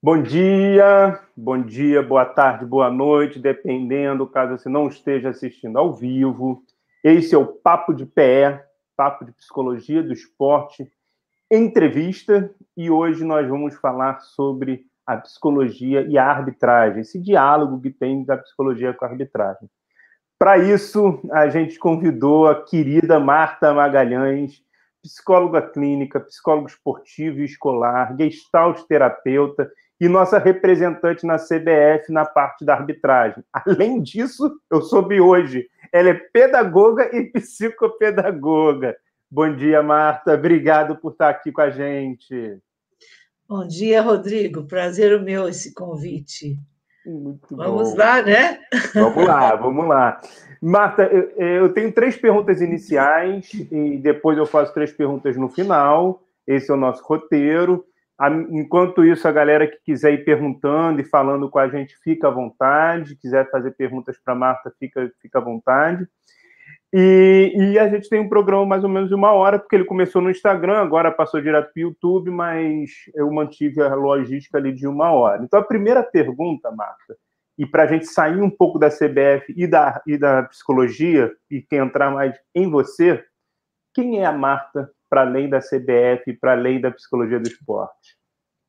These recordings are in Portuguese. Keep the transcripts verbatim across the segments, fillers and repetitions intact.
Bom dia, bom dia, boa tarde, boa noite, dependendo, caso você não esteja assistindo ao vivo. Esse é o Papo de Pé, Papo de Psicologia do Esporte, entrevista, e hoje nós vamos falar sobre a psicologia e a arbitragem, esse diálogo que tem da psicologia com a arbitragem. Para isso, a gente convidou a querida Marta Magalhães, psicóloga clínica, psicóloga esportivo e escolar, gestalt terapeuta e nossa representante na C B F na parte da arbitragem. Além disso, eu soube hoje, ela é pedagoga e psicopedagoga. Bom dia, Marta. Obrigado por estar aqui com a gente. Bom dia, Rodrigo. Prazer o meu esse convite. Muito vamos bom. lá, né? Vamos lá, vamos lá. Marta, eu, eu tenho três perguntas iniciais e depois eu faço três perguntas no final. Esse é o nosso roteiro. Enquanto isso, a galera que quiser ir perguntando e falando com a gente, fica à vontade. Quiser fazer perguntas para a Marta, fica, fica à vontade. E, e a gente tem um programa mais ou menos de uma hora, porque ele começou no Instagram, agora passou direto para o YouTube, mas eu mantive a logística ali de uma hora. Então, a primeira pergunta, Marta, e para a gente sair um pouco da C B F e da, e da psicologia, e quem entrar mais em você, quem é a Marta para além da C B F e para além da psicologia do esporte?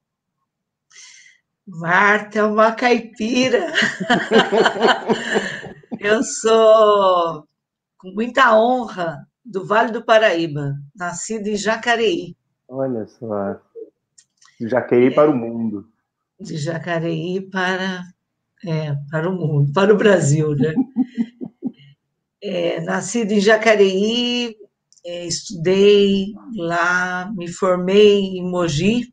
Marta é uma caipira. Eu sou, com muita honra, do Vale do Paraíba, nascida em Jacareí. Olha só, Jacareí é, para o mundo. De Jacareí para, é, para o mundo, para o Brasil, né? É, nascida em Jacareí, é, estudei lá, me formei em Mogi.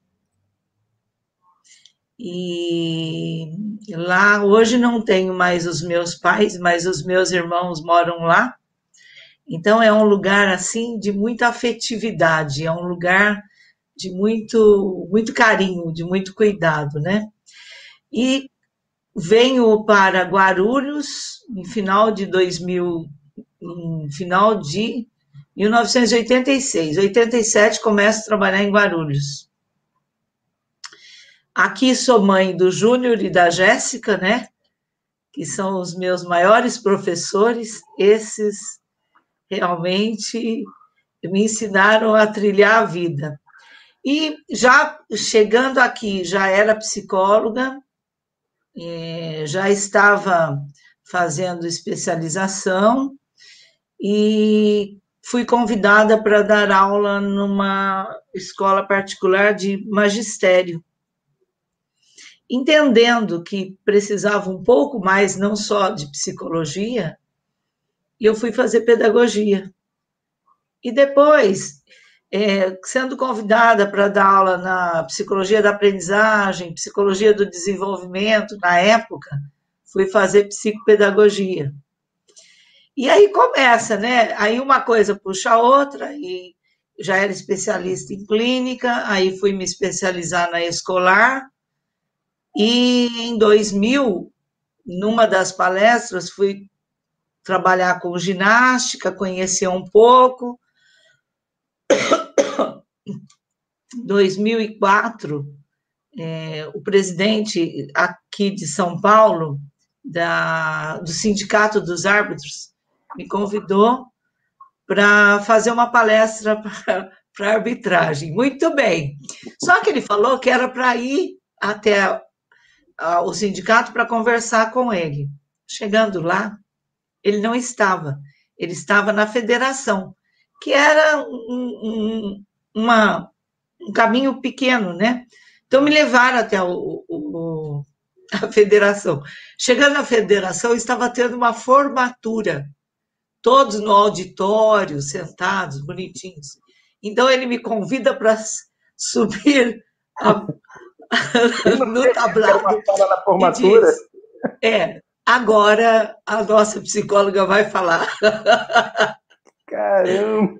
E lá, hoje não tenho mais os meus pais, mas os meus irmãos moram lá. Então, é um lugar, assim, de muita afetividade, é um lugar de muito, muito carinho, de muito cuidado, né? E venho para Guarulhos em final de dois mil, em final de mil novecentos e oitenta e seis. Em oitenta e sete, começo a trabalhar em Guarulhos. Aqui sou mãe do Júnior e da Jéssica, né? Que são os meus maiores professores. Esses realmente me ensinaram a trilhar a vida. E já chegando aqui, já era psicóloga, já estava fazendo especialização e fui convidada para dar aula numa escola particular de magistério. Entendendo que precisava um pouco mais, não só de psicologia, eu fui fazer pedagogia. E depois, é, sendo convidada para dar aula na psicologia da aprendizagem, psicologia do desenvolvimento, na época, fui fazer psicopedagogia. E aí começa, né? Aí uma coisa puxa a outra, e já era especialista em clínica, aí fui me especializar na escolar. E em dois mil, numa das palestras, fui trabalhar com ginástica, conhecer um pouco. Em dois mil e quatro, é, o presidente aqui de São Paulo, da, do Sindicato dos Árbitros, me convidou para fazer uma palestra para arbitragem. Muito bem. Só que ele falou que era para ir até o sindicato para conversar com ele. Chegando lá, ele não estava. Ele estava na federação, que era um, um, uma, um caminho pequeno, né? Então, me levaram até o, o, a federação. Chegando na federação, estava tendo uma formatura. Todos no auditório, sentados, bonitinhos. Então, ele me convida para subir a, no tablado. Uma sala na formatura. Diz, é, agora a nossa psicóloga vai falar. Caramba!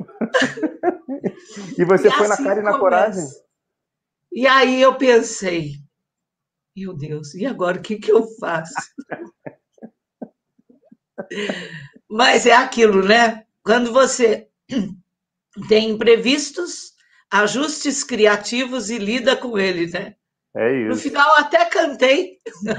E você e foi assim na cara e na começa. Coragem? E aí eu pensei, meu Deus, e agora o que, que eu faço? Mas é aquilo, né? Quando você tem imprevistos, ajustes criativos e lida com ele, né? É isso. No final, até cantei.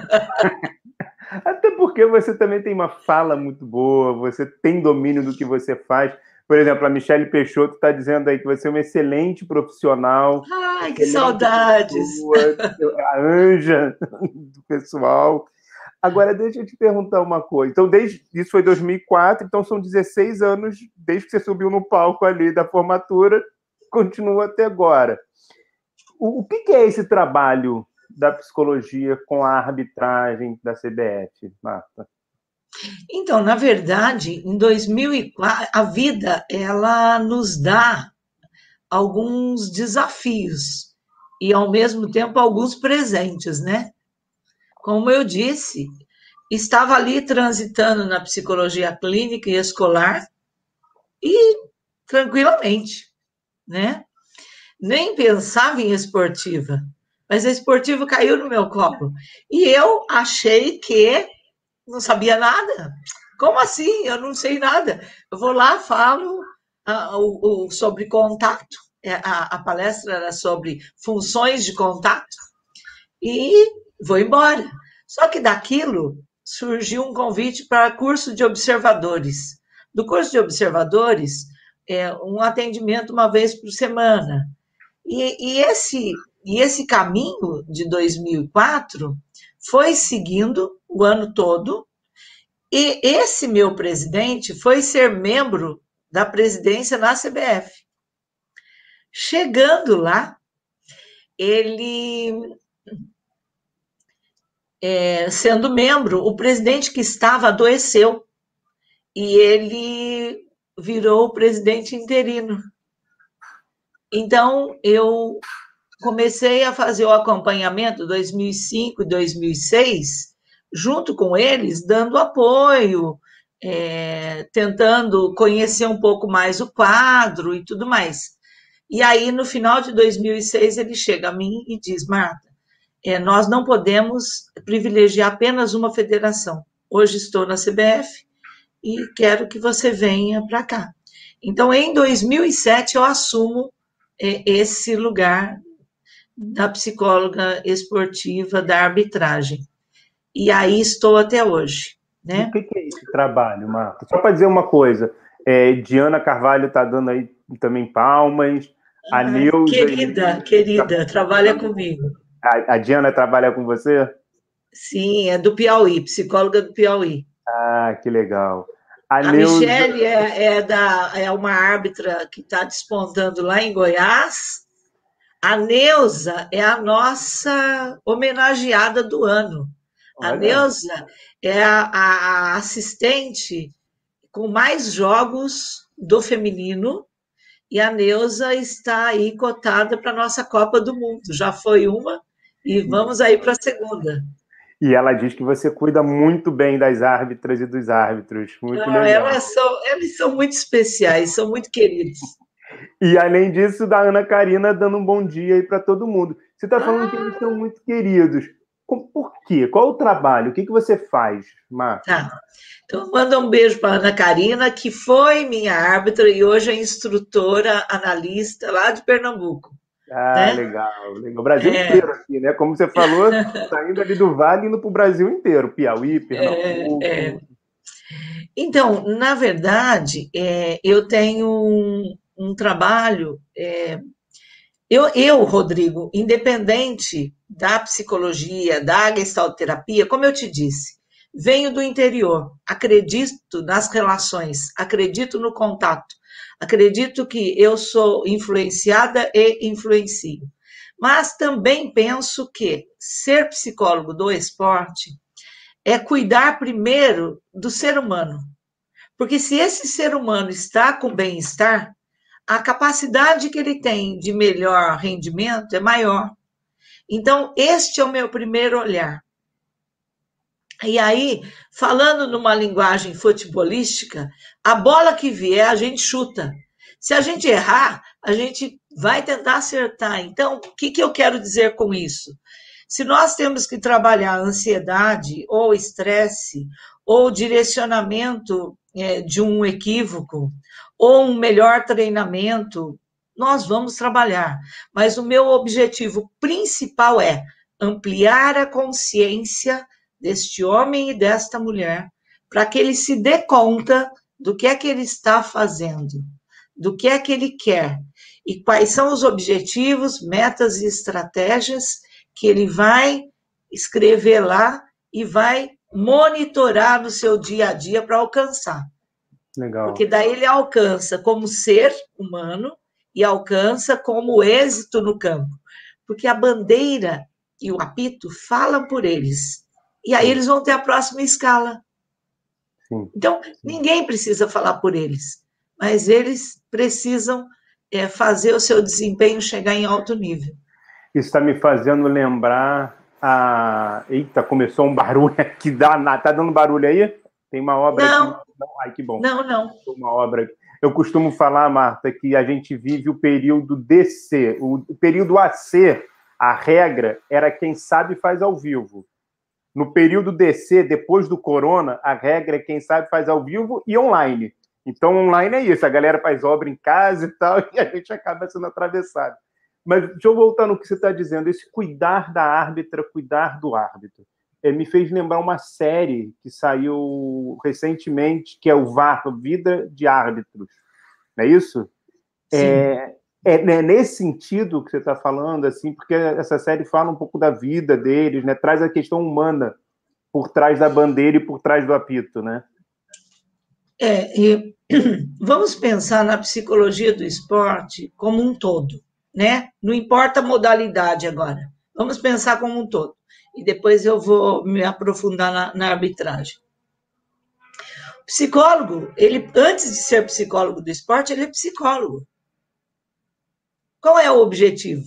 Até porque você também tem uma fala muito boa, você tem domínio do que você faz. Por exemplo, a Michele Peixoto está dizendo aí que você é uma excelente profissional. Ai, que Excelente saudades! pessoa, a anja do pessoal. Agora, deixa eu te perguntar uma coisa. Então, desde isso foi dois mil e quatro, então são dezesseis anos desde que você subiu no palco ali da formatura, continua até agora. O, o que, que é esse trabalho da psicologia com a arbitragem da C B F, Marta? Então, na verdade, em dois mil e quatro, a vida ela nos dá alguns desafios e, ao mesmo tempo, alguns presentes, né? Como eu disse, estava ali transitando na psicologia clínica e escolar e tranquilamente, né? Nem pensava em esportiva, mas a esportiva caiu no meu colo. E eu achei que não sabia nada. Como assim? Eu não sei nada. Eu vou lá, falo uh, o, o, sobre contato, a, a palestra era sobre funções de contato, e vou embora. Só que daquilo surgiu um convite para curso de observadores. Do curso de observadores, é um atendimento uma vez por semana. E, e, esse, e esse caminho de dois mil e quatro foi seguindo o ano todo, e esse meu presidente foi ser membro da presidência na C B F. Chegando lá, ele, é, sendo membro, o presidente que estava adoeceu e ele virou o presidente interino. Então, eu comecei a fazer o acompanhamento dois mil e cinco e dois mil e seis, junto com eles, dando apoio, é, tentando conhecer um pouco mais o quadro e tudo mais. E aí, no final de dois mil e seis, ele chega a mim e diz: Marta, é, nós não podemos privilegiar apenas uma federação. Hoje estou na C B F e quero que você venha para cá. Então, em dois mil e sete, eu assumo é, esse lugar da psicóloga esportiva da arbitragem. E aí estou até hoje. Né? O que é esse trabalho, Marta? Só para dizer uma coisa, é, Diana Carvalho está dando aí também palmas, a ah, Neuza... Querida, e... querida, trabalha comigo. A, a Diana trabalha com você? Sim, é do Piauí, psicóloga do Piauí. Ah, que legal. A, a Neuza... Michele é, é, da, é uma árbitra que está despontando lá em Goiás. A Neuza é a nossa homenageada do ano. Olha. A Neuza é a, a assistente com mais jogos do feminino, e a Neuza está aí cotada para a nossa Copa do Mundo. Já foi uma e vamos aí para a segunda. E ela diz que você cuida muito bem das árbitras e dos árbitros. Muito ah, legal. Elas são, eles são muito especiais, são muito queridos. E, além disso, da Ana Karina dando um bom dia aí para todo mundo. Você está falando ah. que eles são muito queridos. Por quê? Qual o trabalho? O que, que você faz, Marta? Tá. Então, manda um beijo para a Ana Karina, que foi minha árbitra e hoje é instrutora, analista lá de Pernambuco. Ah, né? legal, legal. O Brasil é. inteiro aqui, né? Como você falou, saindo ali do Vale, indo para o Brasil inteiro. Piauí, Pernambuco. É, é. Então, na verdade, é, eu tenho um, um trabalho... É, eu, eu, Rodrigo, independente da psicologia, da gestalterapia, como eu te disse, venho do interior, acredito nas relações, acredito no contato, acredito que eu sou influenciada e influencio. Mas também penso que ser psicólogo do esporte é cuidar primeiro do ser humano. Porque se esse ser humano está com bem-estar, a capacidade que ele tem de melhor rendimento é maior. Então, este é o meu primeiro olhar. E aí, falando numa linguagem futebolística, a bola que vier, a gente chuta. Se a gente errar, a gente vai tentar acertar. Então, o que, que eu quero dizer com isso? Se nós temos que trabalhar ansiedade ou estresse, ou direcionamento é, de um equívoco, ou um melhor treinamento, nós vamos trabalhar. Mas o meu objetivo principal é ampliar a consciência deste homem e desta mulher, para que ele se dê conta do que é que ele está fazendo, do que é que ele quer, e quais são os objetivos, metas e estratégias que ele vai escrever lá e vai monitorar no seu dia a dia para alcançar. Legal. Porque daí ele alcança como ser humano e alcança como êxito no campo. Porque a bandeira e o apito falam por eles. E aí eles vão ter a próxima escala. Sim. Então, ninguém precisa falar por eles, mas eles precisam é, fazer o seu desempenho chegar em alto nível. Isso está me fazendo lembrar a... Eita, começou um barulho aqui. Dá... Tá dando barulho aí? Tem uma obra não, aqui. Não, ai, que bom. Não, não. Uma obra aqui. Eu costumo falar, Marta, que a gente vive o período D C. O período A C, a regra era quem sabe faz ao vivo. No período D C, depois do corona, a regra é quem sabe faz ao vivo e online. Então, online é isso. A galera faz obra em casa e tal, e a gente acaba sendo atravessado. Mas deixa eu voltar no que você está dizendo. Esse cuidar da árbitra, cuidar do árbitro. É, me fez lembrar uma série que saiu recentemente, que é o V A R, Vida de Árbitros. Não é isso? Sim. É, é, é nesse sentido que você está falando, assim, porque essa série fala um pouco da vida deles, né? Traz a questão humana por trás da bandeira e por trás do apito, né? É, e vamos pensar na psicologia do esporte como um todo, né? Não importa a modalidade agora. Vamos pensar como um todo. E depois eu vou me aprofundar na, na arbitragem. O psicólogo, ele, antes de ser psicólogo do esporte, ele é psicólogo. Qual é o objetivo?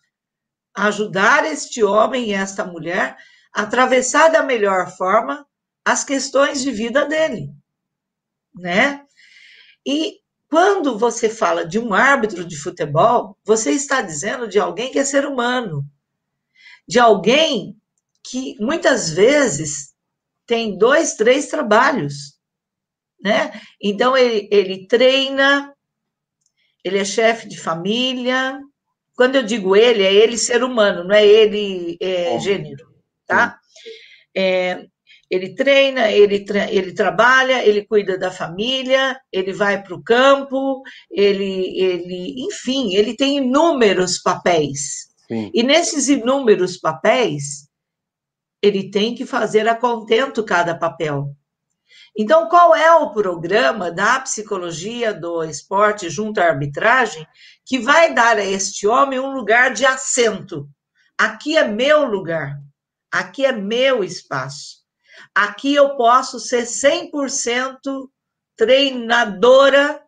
Ajudar este homem e esta mulher a atravessar da melhor forma as questões de vida dele, né? E quando você fala de um árbitro de futebol, você está dizendo de alguém que é ser humano, de alguém que muitas vezes tem dois, três trabalhos, né? Então, ele, ele treina, ele é chefe de família. Quando eu digo ele, é ele ser humano, não é ele é, gênero, tá? É, ele treina, ele, tra ele trabalha, ele cuida da família, ele vai para o campo, ele, ele, enfim, ele tem inúmeros papéis. Sim. E nesses inúmeros papéis, ele tem que fazer a contento cada papel. Então, qual é o programa da psicologia do esporte junto à arbitragem que vai dar a este homem um lugar de assento? Aqui é meu lugar, aqui é meu espaço. Aqui eu posso ser cem por cento treinadora,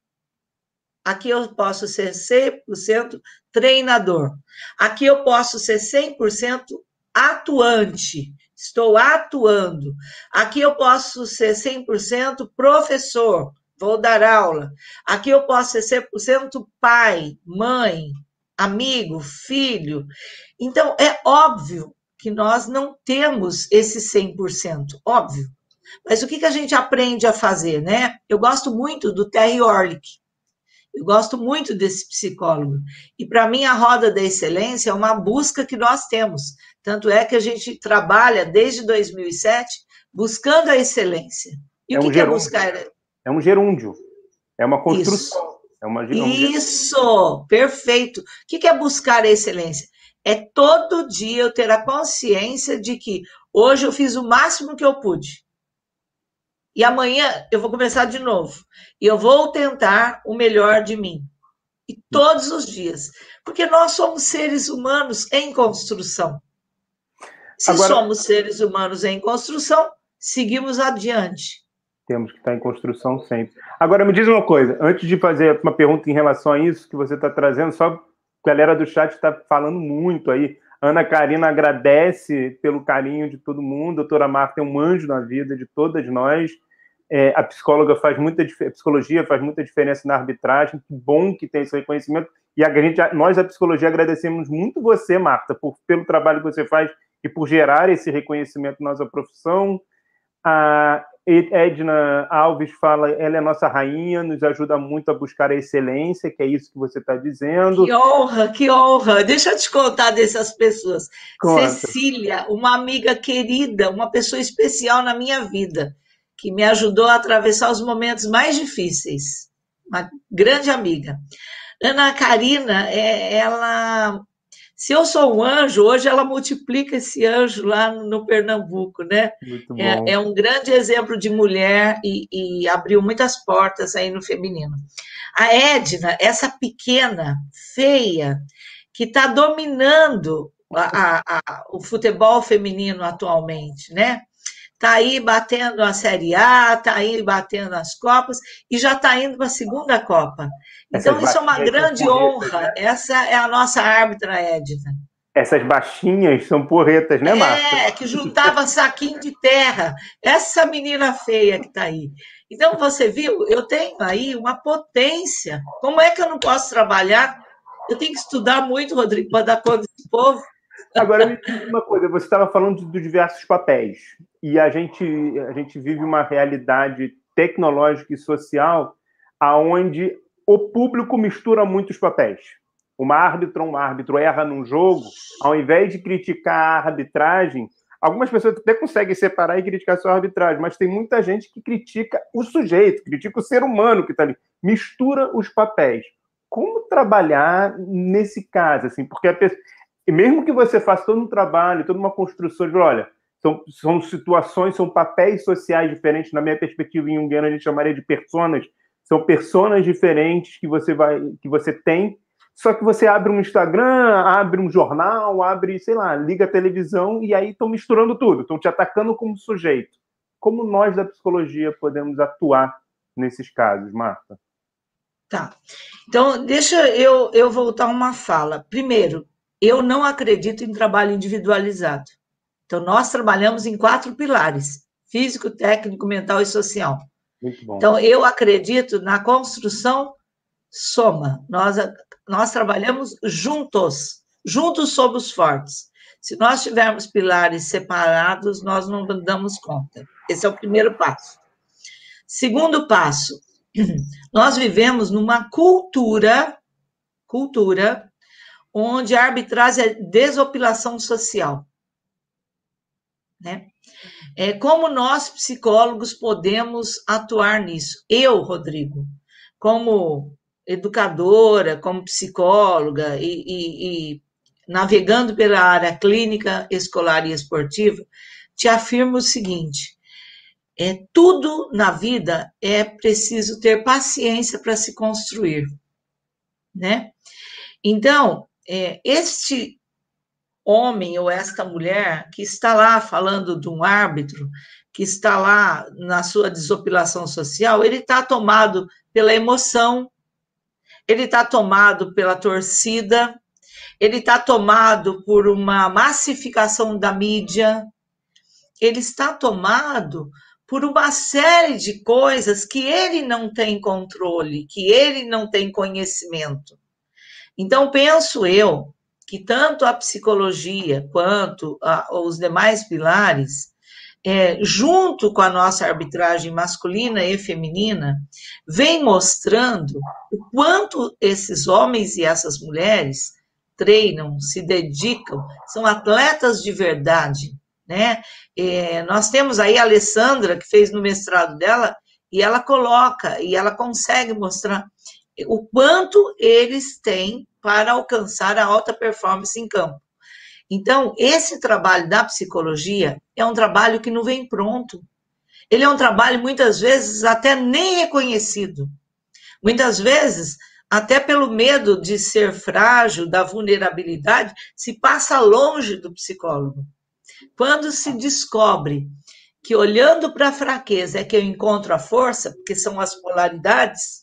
aqui eu posso ser cem por cento treinador, aqui eu posso ser cem por cento atuante, estou atuando. Aqui eu posso ser cem por cento professor, vou dar aula. Aqui eu posso ser cem por cento pai, mãe, amigo, filho. Então, é óbvio que nós não temos esse cem por cento, óbvio. Mas o que, que a gente aprende a fazer, né? Eu gosto muito do Terry Orlick. Eu gosto muito desse psicólogo. E, para mim, a Roda da Excelência é uma busca que nós temos. Tanto é que a gente trabalha desde dois mil e sete buscando a excelência. E é o que, um que é buscar? É um gerúndio. É uma construção. Isso, é uma, é um Isso. perfeito. O que, que é buscar a excelência? É todo dia eu ter a consciência de que hoje eu fiz o máximo que eu pude. E amanhã eu vou começar de novo. E eu vou tentar o melhor de mim. E todos os dias. Porque nós somos seres humanos em construção. Se Agora, somos seres humanos em construção, seguimos adiante. Temos que estar em construção sempre. Agora, me diz uma coisa. Antes de fazer uma pergunta em relação a isso que você está trazendo, só a galera do chat está falando muito aí. Ana Karina agradece pelo carinho de todo mundo. A doutora Marta é um anjo na vida de todas nós. É, a psicóloga faz muita a psicologia faz muita diferença na arbitragem. Que bom que tem esse reconhecimento. E a gente, nós, da psicologia, agradecemos muito você, Marta, por, pelo trabalho que você faz e por gerar esse reconhecimento na nossa profissão. A Edna Alves fala, ela é nossa rainha, nos ajuda muito a buscar a excelência, que é isso que você está dizendo. Que honra, que honra. Deixa eu te contar dessas pessoas. Conta. Cecília, uma amiga querida, uma pessoa especial na minha vida, que me ajudou a atravessar os momentos mais difíceis. Uma grande amiga. Ana Karina, é, ela... Se eu sou um anjo, hoje ela multiplica esse anjo lá no Pernambuco, né? Muito bom. É, é um grande exemplo de mulher e, e abriu muitas portas aí no feminino. A Edna, essa pequena, feia, que está dominando a, a, a, o futebol feminino atualmente, né? Está aí batendo a Série A, está aí batendo as Copas e já está indo para a segunda Copa. Então, Essas isso é uma grande porretas, honra. né? Essa é a nossa árbitra, Edna. Essas baixinhas são porretas, né, Marta? É, que juntava saquinho de terra. Essa menina feia que está aí. Então, você viu, eu tenho aí uma potência. Como é que eu não posso trabalhar? Eu tenho que estudar muito, Rodrigo, para dar conta desse povo. Agora, me diz uma coisa, você estava falando dos diversos papéis, e a gente, a gente vive uma realidade tecnológica e social onde o público mistura muitos papéis. Uma árbitra, um árbitro erra num jogo, ao invés de criticar a arbitragem, algumas pessoas até conseguem separar e criticar só a arbitragem, mas tem muita gente que critica o sujeito, critica o ser humano que está ali, mistura os papéis. Como trabalhar nesse caso? Assim, porque a pessoa... E mesmo que você faça todo um trabalho, toda uma construção de, olha, são, são situações, são papéis sociais diferentes, na minha perspectiva em junguiana a gente chamaria de personas, são personas diferentes que você, vai, que você tem, só que você abre um Instagram, abre um jornal, abre, sei lá, liga a televisão e aí estão misturando tudo, estão te atacando como sujeito. Como nós da psicologia podemos atuar nesses casos, Marta? Tá. Então, deixa eu, eu voltar uma fala. Primeiro, eu não acredito em trabalho individualizado. Então, nós trabalhamos em quatro pilares: físico, técnico, mental e social. Muito bom. Então, eu acredito na construção soma. Nós, nós trabalhamos juntos. Juntos somos fortes. Se nós tivermos pilares separados, nós não damos conta. Esse é o primeiro passo. Segundo passo, nós vivemos numa cultura, cultura, onde a arbitragem é desopilação social. Né? É, como nós, psicólogos, podemos atuar nisso? Eu, Rodrigo, como educadora, como psicóloga e, e, e navegando pela área clínica, escolar e esportiva, te afirmo o seguinte: é, tudo na vida é preciso ter paciência para se construir. Né? Então, é, este homem ou esta mulher que está lá falando de um árbitro, que está lá na sua desopilação social, ele está tomado pela emoção, ele está tomado pela torcida, ele está tomado por uma massificação da mídia, ele está tomado por uma série de coisas que ele não tem controle, que ele não tem conhecimento. Então, penso eu que tanto a psicologia quanto a, os demais pilares, é, junto com a nossa arbitragem masculina e feminina, vem mostrando o quanto esses homens e essas mulheres treinam, se dedicam, são atletas de verdade. Né? É, nós temos aí a Alessandra, que fez no mestrado dela, e ela coloca, e ela consegue mostrar o quanto eles têm para alcançar a alta performance em campo. Então, esse trabalho da psicologia é um trabalho que não vem pronto. Ele é um trabalho, muitas vezes, até nem reconhecido. Muitas vezes, até pelo medo de ser frágil, da vulnerabilidade, se passa longe do psicólogo. Quando se descobre que olhando para a fraqueza é que eu encontro a força, porque são as polaridades,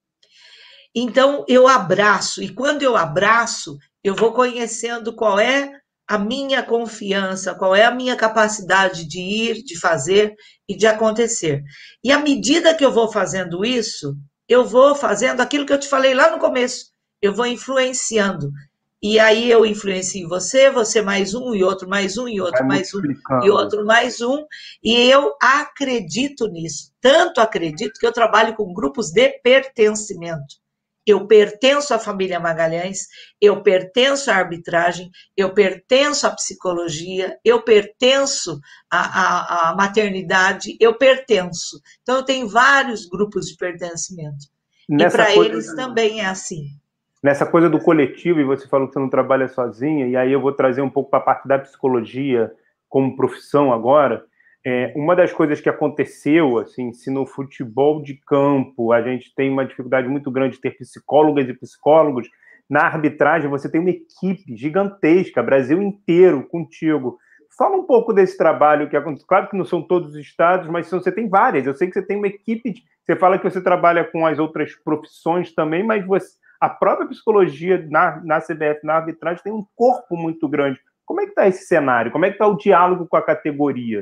então eu abraço, e quando eu abraço, eu vou conhecendo qual é a minha confiança, qual é a minha capacidade de ir, de fazer e de acontecer. E à medida que eu vou fazendo isso, eu vou fazendo aquilo que eu te falei lá no começo, eu vou influenciando. e aí eu influencio você, você mais um, e outro mais um, e outro Vai mais um, e multiplicando. outro mais um, e eu acredito nisso. Tanto acredito que eu trabalho com grupos de pertencimento. Eu pertenço à família Magalhães, eu pertenço à arbitragem, eu pertenço à psicologia, eu pertenço à, à, à maternidade, eu pertenço. Então, eu tenho vários grupos de pertencimento. Nessa e para coisa eles do- também é assim. Nessa coisa do coletivo, e você falou que você não trabalha sozinha, e aí eu vou trazer um pouco para a parte da psicologia como profissão agora. É, uma das coisas que aconteceu, assim, se no futebol de campo a gente tem uma dificuldade muito grande de ter psicólogas e psicólogos, na arbitragem você tem uma equipe gigantesca, Brasil inteiro contigo. Fala um pouco desse trabalho que acontece. Claro que não são todos os estados, mas você tem várias. Eu sei que você tem uma equipe. De... Você fala que você trabalha com as outras profissões também, mas você... a própria psicologia na, na C B F, na arbitragem, tem um corpo muito grande. Como é que está esse cenário? Como é que está o diálogo com a categoria?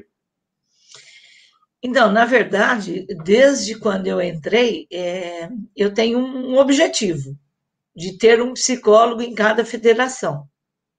Então, na verdade, desde quando eu entrei, é, eu tenho um objetivo de ter um psicólogo em cada federação,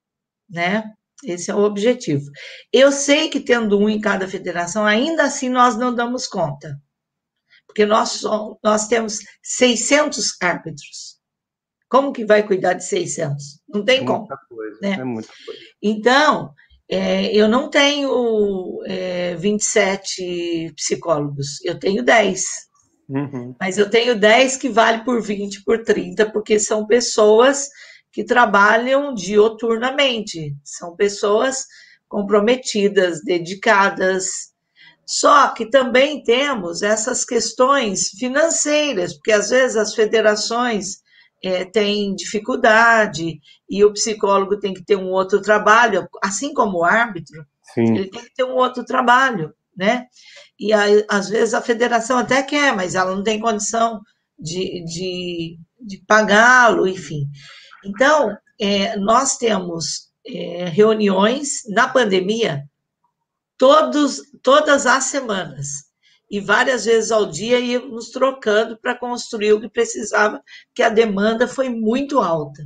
né? Esse é o objetivo. Eu sei que tendo um em cada federação, ainda assim nós não damos conta, porque nós, somos, nós temos seiscentos árbitros. Como que vai cuidar de seiscentos? Não tem é como. Muita coisa, Né? É muita coisa. Então, é, eu não tenho é, vinte e sete psicólogos, eu tenho dez. Uhum. Mas eu tenho dez que vale por vinte, por trinta, porque são pessoas que trabalham dioturnamente, são pessoas comprometidas, dedicadas. Só que também temos essas questões financeiras, porque às vezes as federações é, têm dificuldade e o psicólogo tem que ter um outro trabalho, assim como o árbitro, Sim. ele tem que ter um outro trabalho, né? E aí, às vezes a federação até quer, mas ela não tem condição de, de, de pagá-lo, enfim. Então, é, nós temos é, reuniões na pandemia todos, todas as semanas e várias vezes ao dia íamos trocando para construir o que precisava, porque a demanda foi muito alta.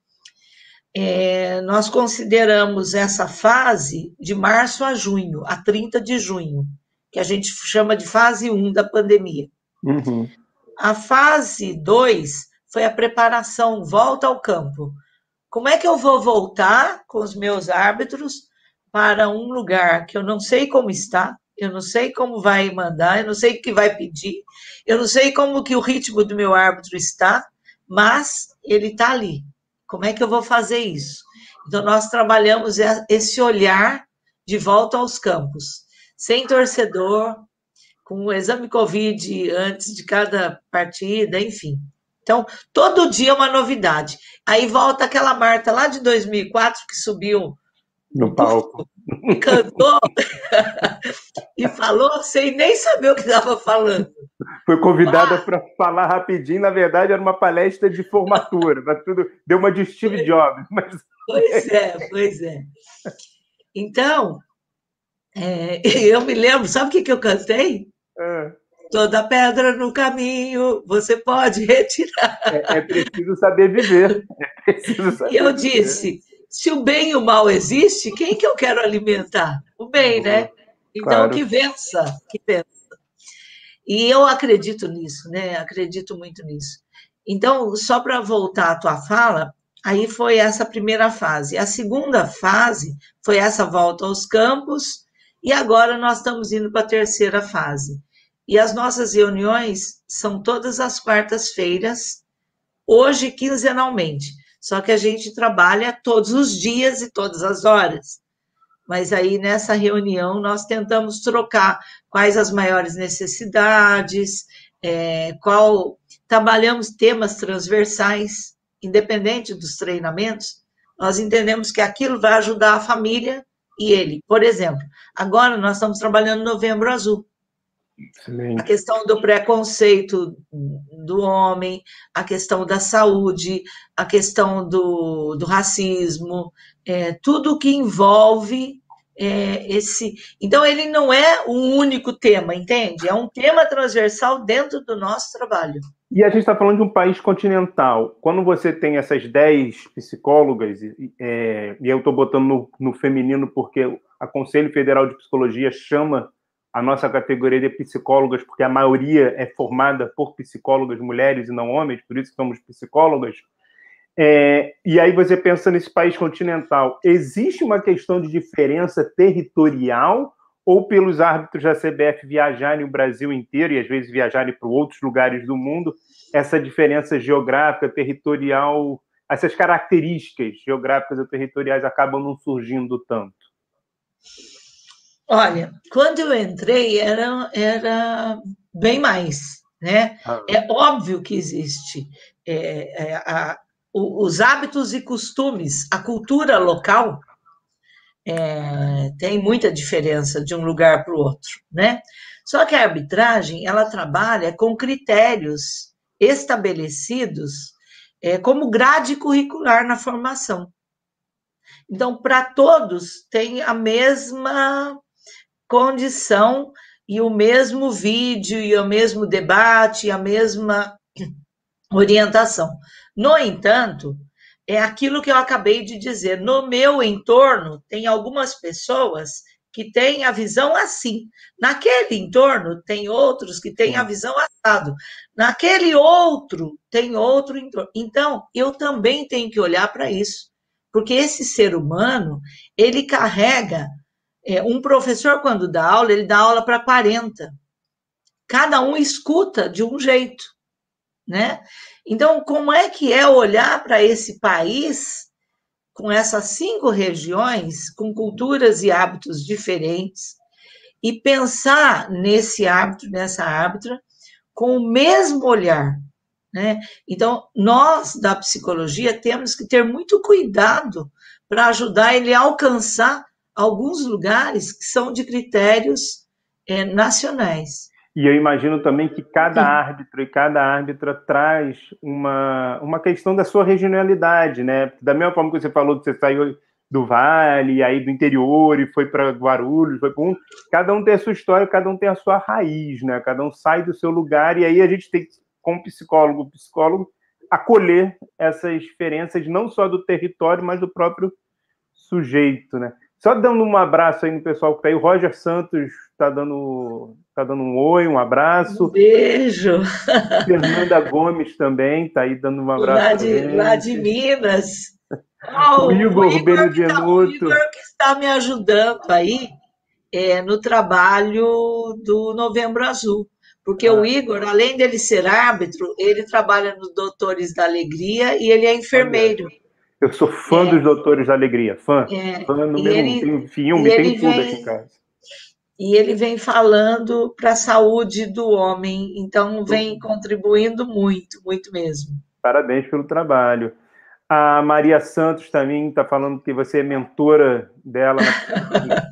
É, nós consideramos essa fase de março a junho, a trinta de junho, que a gente chama de fase um da pandemia. Uhum. A fase dois foi a preparação, volta ao campo. Como é que eu vou voltar com os meus árbitros para um lugar que eu não sei como está, eu não sei como vai mandar, eu não sei o que vai pedir, eu não sei como que o ritmo do meu árbitro está, mas ele está ali. Como é que eu vou fazer isso? Então, nós trabalhamos esse olhar de volta aos campos, sem torcedor, com o exame Covid antes de cada partida, enfim. Então, todo dia é uma novidade. Aí volta aquela Marta lá de dois mil e quatro que subiu no, no palco e cantou e falou sem nem saber o que estava falando. Foi convidada ah. para falar rapidinho, na verdade era uma palestra de formatura, mas tudo deu uma de Steve pois, Jobs. Mas... Pois é, pois é. Então, é, eu me lembro, sabe o que, que eu cantei? É. Toda pedra no caminho, você pode retirar. É, é preciso saber viver. É preciso saber e eu viver. disse, se o bem e o mal existe, quem que eu quero alimentar? O bem, Boa. Né? Então, claro. que vença, que vença. E eu acredito nisso, né? Acredito muito nisso. Então, só para voltar à tua fala, aí foi essa primeira fase. A segunda fase foi essa volta aos campos, e agora nós estamos indo para a terceira fase. E as nossas reuniões são todas as quartas-feiras, hoje quinzenalmente. Só que a gente trabalha todos os dias e todas as horas. Mas aí, nessa reunião, nós tentamos trocar quais as maiores necessidades, é, qual... Trabalhamos temas transversais, independente dos treinamentos, nós entendemos que aquilo vai ajudar a família e ele. Por exemplo, agora nós estamos trabalhando Novembro Azul. Excelente. A questão do preconceito do homem, a questão da saúde, a questão do, do racismo, é, tudo que envolve é, esse... Então, ele não é um único tema, entende? É um tema transversal dentro do nosso trabalho. E a gente está falando de um país continental. Quando você tem essas dez psicólogas, é, e eu estou botando no, no feminino porque a Conselho Federal de Psicologia chama a nossa categoria de psicólogas, porque a maioria é formada por psicólogas mulheres e não homens, por isso que somos psicólogas. É, e aí você pensa nesse país continental. Existe uma questão de diferença territorial ou pelos árbitros da C B F viajarem o Brasil inteiro e às vezes viajarem para outros lugares do mundo, essa diferença geográfica, territorial, essas características geográficas ou territoriais acabam não surgindo tanto? Olha, quando eu entrei era, era bem mais, né? Ah. É óbvio que existe é, é, a, os hábitos e costumes, a cultura local é, tem muita diferença de um lugar para o outro, né? Só que a arbitragem, ela trabalha com critérios estabelecidos é, como grade curricular na formação. Então, para todos, tem a mesma condição e o mesmo vídeo, e o mesmo debate, e a mesma orientação. No entanto, é aquilo que eu acabei de dizer. No meu entorno, tem algumas pessoas que têm a visão assim. Naquele entorno, tem outros que têm a visão assado. Naquele outro, tem outro entorno. Então, eu também tenho que olhar para isso. Porque esse ser humano, ele carrega... É, um professor, quando dá aula, ele dá aula para quarenta. Cada um escuta de um jeito, né? Então, como é que é olhar para esse país com essas cinco regiões, com culturas e hábitos diferentes, e pensar nesse árbitro, nessa árbitra, com o mesmo olhar, né? Então, nós, da psicologia, temos que ter muito cuidado para ajudar ele a alcançar alguns lugares que são de critérios é, nacionais. E eu imagino também que cada árbitro e cada árbitra traz uma, uma questão da sua regionalidade, né? Da mesma forma que você falou que você saiu do Vale, aí do interior e foi para Guarulhos, foi para um... Cada um tem a sua história, cada um tem a sua raiz, né? Cada um sai do seu lugar e aí a gente tem, como psicólogo, psicólogo, acolher essas diferenças não só do território, mas do próprio sujeito, né? Só dando um abraço aí no pessoal que está aí. O Roger Santos está dando, tá dando um oi, um abraço. Um beijo. Fernanda Gomes também está aí dando um abraço. Lá de, lá de Minas. Oh, o Igor, o Igor Benevenuto. Tá, o Igor que está me ajudando aí é, no trabalho do Novembro Azul. Porque ah. o Igor, além dele ser árbitro, ele trabalha nos Doutores da Alegria e ele é enfermeiro. Olha. Eu sou fã é. dos Doutores da Alegria, fã. É. Fã no e mesmo, ele, tem filme, tem tudo vem, aqui em casa. E ele vem falando para a saúde do homem, então vem contribuindo muito, muito mesmo. Parabéns pelo trabalho. A Maria Santos também está falando que você é mentora dela na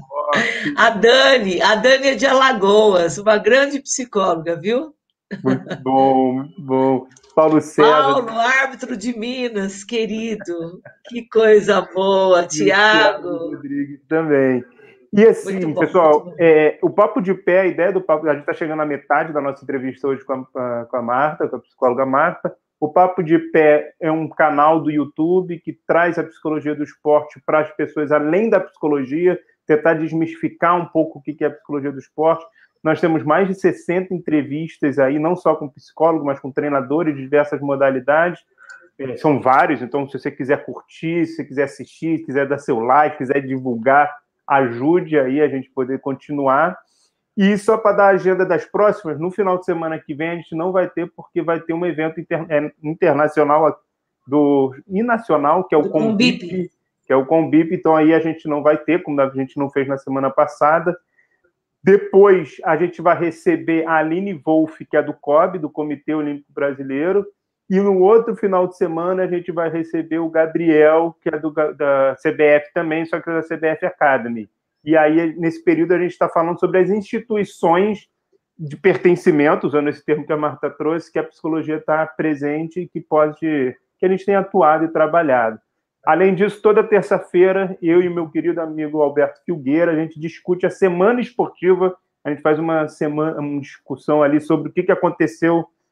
A Dani, a Dani é de Alagoas, uma grande psicóloga, viu? Muito bom, muito bom. Paulo César. Paulo, árbitro de Minas, querido. Que coisa boa, Tiago. Rodrigues também. E assim, bom, pessoal, é, o Papo de Pé, a ideia do Papo... A gente está chegando na metade da nossa entrevista hoje com a, com a Marta, com a psicóloga Marta. O Papo de Pé é um canal do YouTube que traz a psicologia do esporte para as pessoas, além da psicologia, tentar desmistificar um pouco o que é a psicologia do esporte. Nós temos mais de sessenta entrevistas aí, não só com psicólogos, mas com treinadores de diversas modalidades. É, são vários, então se você quiser curtir, se você quiser assistir, se quiser dar seu like, quiser divulgar, ajude aí a gente poder continuar. E só para dar a agenda das próximas, no final de semana que vem a gente não vai ter, porque vai ter um evento inter, é, internacional do, e nacional, que é o Combip, que é o Combip, então aí a gente não vai ter, como a gente não fez na semana passada. Depois, a gente vai receber a Aline Wolff, que é do C O B, do Comitê Olímpico Brasileiro, e no outro final de semana a gente vai receber o Gabriel, que é do, da C B F também, só que é da C B F Academy. E aí, nesse período, a gente está falando sobre as instituições de pertencimento, usando esse termo que a Marta trouxe, que a psicologia está presente e que pode, que a gente tem atuado e trabalhado. Além disso, toda terça-feira, eu e meu querido amigo Alberto Filgueira, a gente discute a semana esportiva, a gente faz uma semana, uma discussão ali sobre o que aconteceu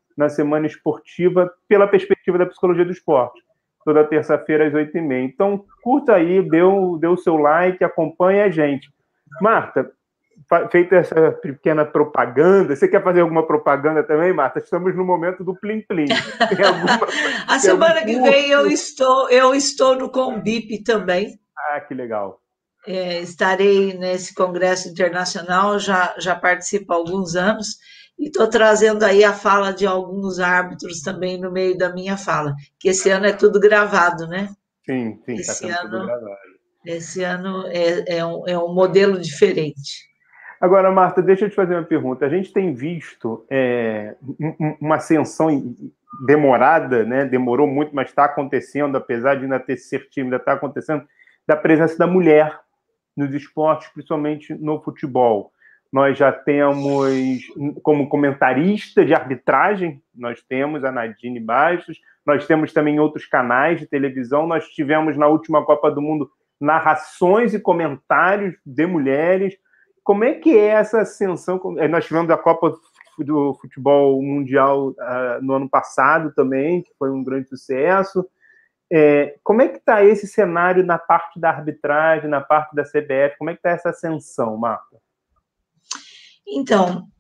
na Semana Esportiva pela perspectiva da psicologia do esporte, toda terça-feira às oito e meia. Então, curta aí, dê o, dê o seu like, acompanhe a gente. Marta, feita essa pequena propaganda, você quer fazer alguma propaganda também, Marta? Estamos no momento do Plim Plim. Tem alguma, a semana que vem eu estou, eu estou no Combip também. Ah, que legal. É, estarei nesse congresso internacional, já, já participo há alguns anos, e estou trazendo aí a fala de alguns árbitros também no meio da minha fala, que esse ano é tudo gravado, né? Sim, sim, está sendo ano, tudo gravado. Esse ano é, é, um, é um modelo diferente. Agora, Marta, deixa eu te fazer uma pergunta. A gente tem visto é, uma ascensão demorada, né? Demorou muito, mas está acontecendo, apesar de ainda ter ser tímida, está acontecendo, da presença da mulher nos esportes, principalmente no futebol. Nós já temos, como comentarista de arbitragem, nós temos a Nadine Bastos, nós temos também outros canais de televisão, nós tivemos na última Copa do Mundo narrações e comentários de mulheres. Como é que é essa ascensão? Nós tivemos a Copa do Futebol Mundial uh, no ano passado também, que foi um grande sucesso. É, como é que está esse cenário na parte da arbitragem, na parte da C B F? Como é que está essa ascensão, Marta? Então,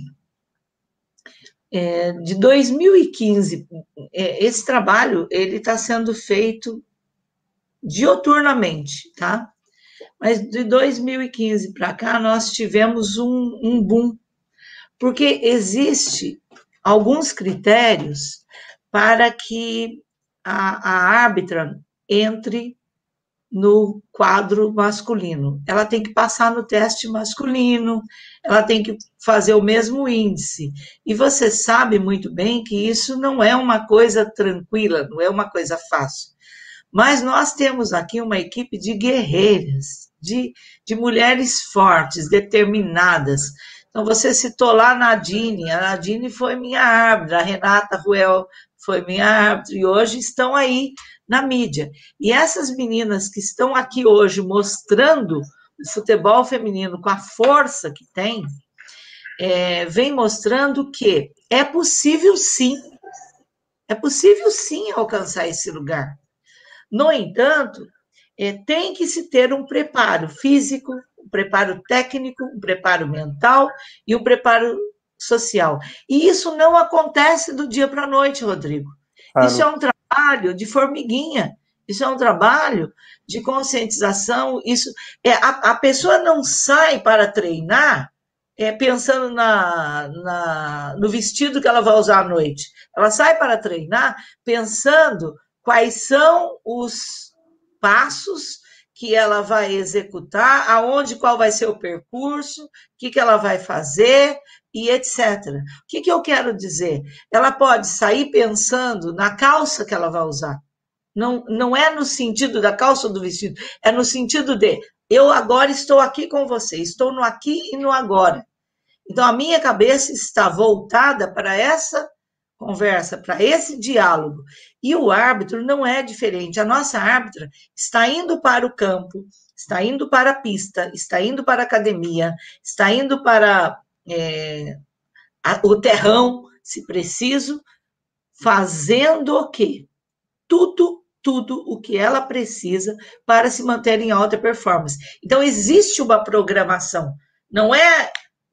é, de dois mil e quinze, é, esse trabalho ele está sendo feito dioturnamente, tá? Mas de dois mil e quinze para cá nós tivemos um, um boom, porque existe alguns critérios para que a, a árbitra entre no quadro masculino. Ela tem que passar no teste masculino, ela tem que fazer o mesmo índice. E você sabe muito bem que isso não é uma coisa tranquila, não é uma coisa fácil. Mas nós temos aqui uma equipe de guerreiras, de, de mulheres fortes, determinadas. Então, você citou lá a Nadine, a Nadine foi minha árbitra, a Renata Ruel foi minha árbitra, e hoje estão aí na mídia. E essas meninas que estão aqui hoje mostrando o futebol feminino com a força que tem, é, vem mostrando que é possível sim, é possível sim alcançar esse lugar. No entanto, é, tem que se ter um preparo físico, um preparo técnico, um preparo mental e um preparo social. E isso não acontece do dia para a noite, Rodrigo. Claro. Isso é um trabalho de formiguinha, isso é um trabalho de conscientização. Isso é, a, a pessoa não sai para treinar é, pensando na, na, no vestido que ela vai usar à noite. Ela sai para treinar pensando quais são os passos que ela vai executar, aonde, qual vai ser o percurso, o que, que ela vai fazer, e etcétera. O que, que eu quero dizer? Ela pode sair pensando na calça que ela vai usar. Não, não é no sentido da calça ou do vestido, é no sentido de eu agora estou aqui com você, estou no aqui e no agora. Então, a minha cabeça está voltada para essa conversa, para esse diálogo. E o árbitro não é diferente. A nossa árbitra está indo para o campo, está indo para a pista, está indo para a academia, está indo para é, a, o terrão, se preciso, fazendo o quê? Tudo, tudo o que ela precisa para se manter em alta performance. Então, existe uma programação. Não é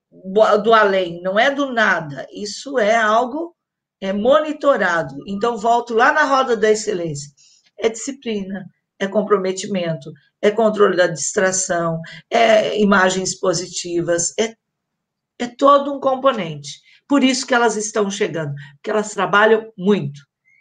do além, não é do nada. Isso é algo é monitorado. Então, volto lá na roda da excelência. É disciplina, é comprometimento, é controle da distração, é imagens positivas, é, é todo um componente. Por isso que elas estão chegando, porque elas trabalham muito.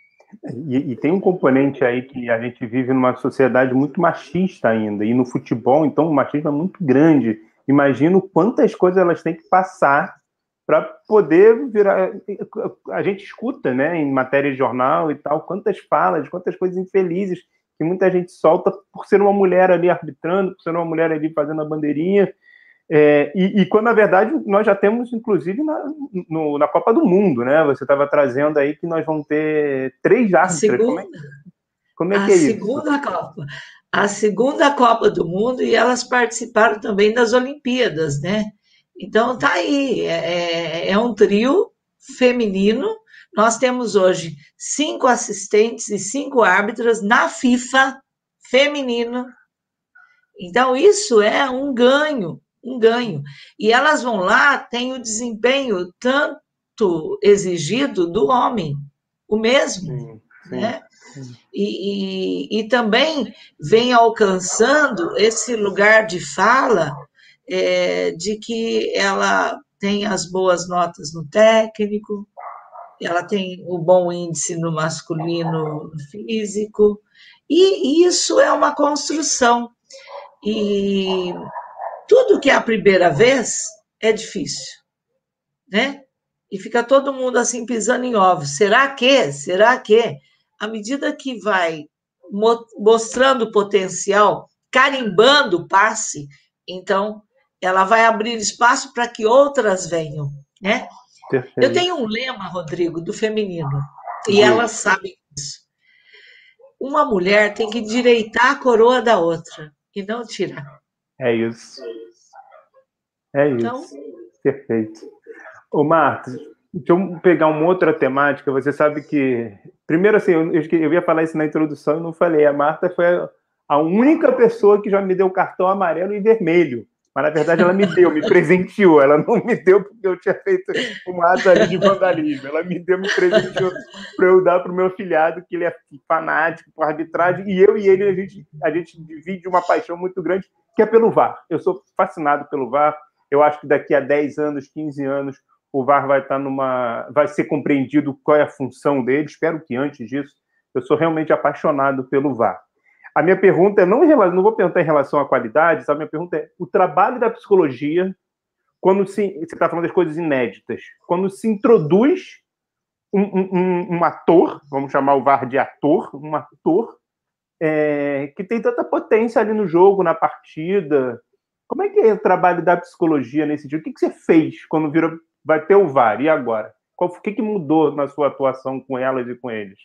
E, e tem um componente aí que a gente vive numa sociedade muito machista ainda, e no futebol, então, o machismo é muito grande. Imagino quantas coisas elas têm que passar para poder virar... A gente escuta, né, em matéria de jornal e tal, quantas falas, quantas coisas infelizes que muita gente solta por ser uma mulher ali arbitrando, por ser uma mulher ali fazendo a bandeirinha, é, e, e quando, na verdade, nós já temos, inclusive, na, no, na Copa do Mundo, né? Você estava trazendo aí que nós vamos ter três árbitras. Segunda, como é, como é a que é isso? segunda Copa. A segunda Copa do Mundo, e elas participaram também das Olimpíadas, né? Então, tá aí, é, é um trio feminino Nós temos hoje cinco assistentes e cinco árbitras na FIFA feminino. Então, isso é um ganho, um ganho. E elas vão lá, têm o desempenho tanto exigido do homem, o mesmo, sim, sim, né? Sim. E, e, e também vem alcançando esse lugar de fala é, de que ela tem as boas notas no técnico, ela tem o bom índice no masculino físico, e isso é uma construção. E tudo que é a primeira vez é difícil, né? E fica todo mundo assim pisando em ovos. Será que? Será que? À medida que vai mostrando o potencial, carimbando o passe, então ela vai abrir espaço para que outras venham, né? Perfeito. Eu tenho um lema, Rodrigo, do feminino, e elas sabem disso. Uma mulher tem que direitar a coroa da outra e não tirar. É isso. É isso. Então, perfeito. Ô, Marta, deixa eu pegar uma outra temática. Você sabe que... Primeiro, assim, eu, eu ia falar isso na introdução e não falei. A Marta foi a única pessoa que já me deu cartão amarelo e vermelho. Mas, na verdade, ela me deu, me presenteou. Ela não me deu porque eu tinha feito um ato ali de vandalismo. Ela me deu, me presenteou para eu dar para o meu afilhado, que ele é fanático por arbitragem. E eu e ele, a gente, a gente divide uma paixão muito grande, que é pelo V A R. Eu sou fascinado pelo V A R. Eu acho que daqui a dez anos, quinze anos, o V A R vai estar numa... vai ser compreendido qual é a função dele. Espero que antes disso. Eu sou realmente apaixonado pelo V A R. A minha pergunta é, não, não vou perguntar em relação à qualidade, sabe? A minha pergunta é, o trabalho da psicologia, quando se, você está falando das coisas inéditas, quando se introduz um, um, um ator, vamos chamar o V A R de ator, um ator é, que tem tanta potência ali no jogo, na partida, como é que é o trabalho da psicologia nesse dia? O que, que você fez quando virou, vai ter o V A R? E agora? Qual, o que, que mudou na sua atuação com elas e com eles?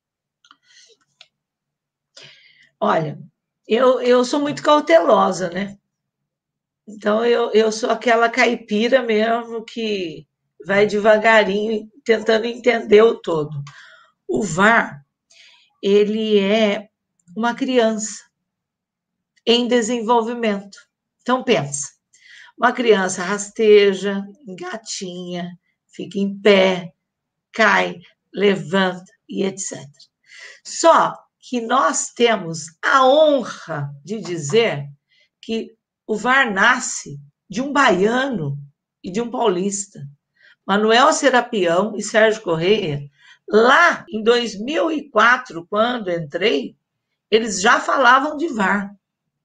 Olha, eu, eu sou muito cautelosa, né? Então, eu, eu sou aquela caipira mesmo que vai devagarinho tentando entender o todo. O V A R, ele é uma criança em desenvolvimento. Então, pensa, uma criança rasteja, engatinha, fica em pé, cai, levanta e etcétera. Só que nós temos a honra de dizer que o V A R nasce de um baiano e de um paulista. Manuel Serapião e Sérgio Correia, lá em dois mil e quatro, quando entrei, eles já falavam de V A R.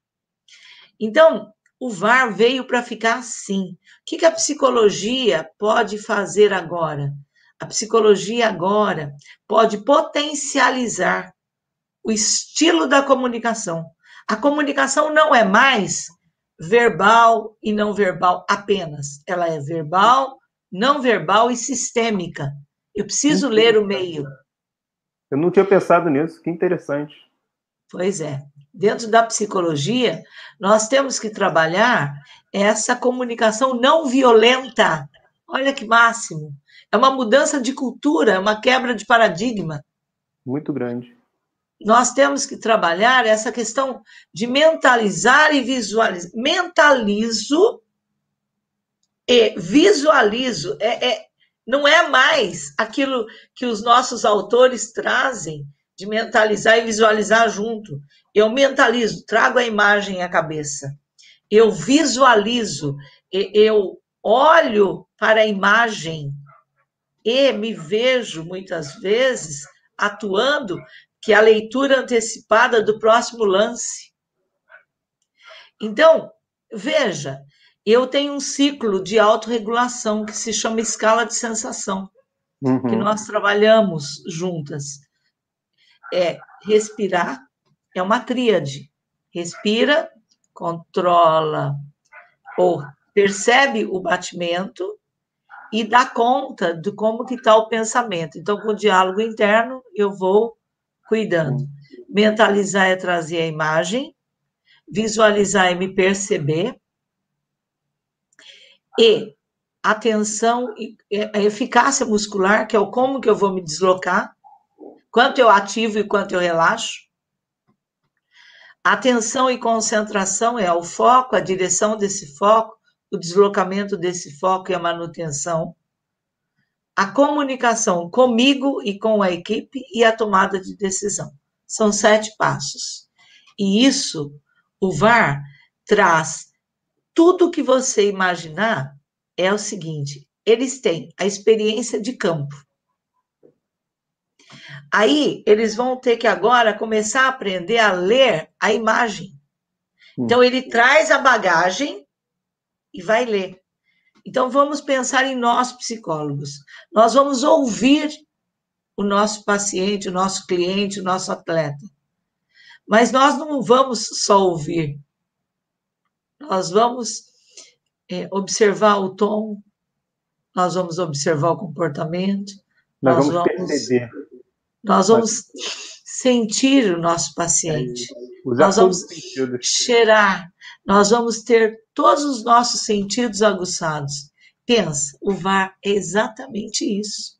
Então, o V A R veio para ficar assim. O que a psicologia pode fazer agora? A psicologia agora pode potencializar o estilo da comunicação. A comunicação não é mais verbal e não verbal apenas. Ela é verbal, não verbal e sistêmica. Eu preciso ler o meio. Eu não tinha pensado nisso, que interessante. Pois é. Dentro da psicologia, nós temos que trabalhar essa comunicação não violenta. Olha que máximo. É uma mudança de cultura, é uma quebra de paradigma. Muito grande. Nós temos que trabalhar essa questão de mentalizar e visualizar. Mentalizo e visualizo. É, é, não é mais aquilo que os nossos autores trazem de mentalizar e visualizar junto. Eu mentalizo, trago a imagem à cabeça. Eu visualizo, eu olho para a imagem e me vejo, muitas vezes, atuando que é a leitura antecipada do próximo lance. Então, veja, eu tenho um ciclo de autorregulação que se chama escala de sensação, uhum. que nós trabalhamos juntas. É respirar, é uma tríade. Respira, controla ou percebe o batimento e dá conta de como que está o pensamento. Então, com o diálogo interno, eu vou cuidando. Mentalizar é trazer a imagem, visualizar é me perceber, e atenção e a eficácia muscular, que é o como que eu vou me deslocar, quanto eu ativo e quanto eu relaxo. Atenção e concentração é o foco, a direção desse foco, o deslocamento desse foco e a manutenção. A comunicação comigo e com a equipe e a tomada de decisão. São sete passos. E isso, o V A R traz tudo o que você imaginar. É o seguinte, eles têm a experiência de campo. Aí, eles vão ter que agora começar a aprender a ler a imagem. Então, ele traz a bagagem e vai ler. Então, vamos pensar em nós, psicólogos. Nós vamos ouvir o nosso paciente, o nosso cliente, o nosso atleta. Mas nós não vamos só ouvir. Nós vamos é, observar o tom, nós vamos observar o comportamento, nós, nós vamos, vamos perceber. Nós vamos sentir o nosso paciente, é nós vamos cheirar, nós vamos ter todos os nossos sentidos aguçados. Pensa, o V A R é exatamente isso.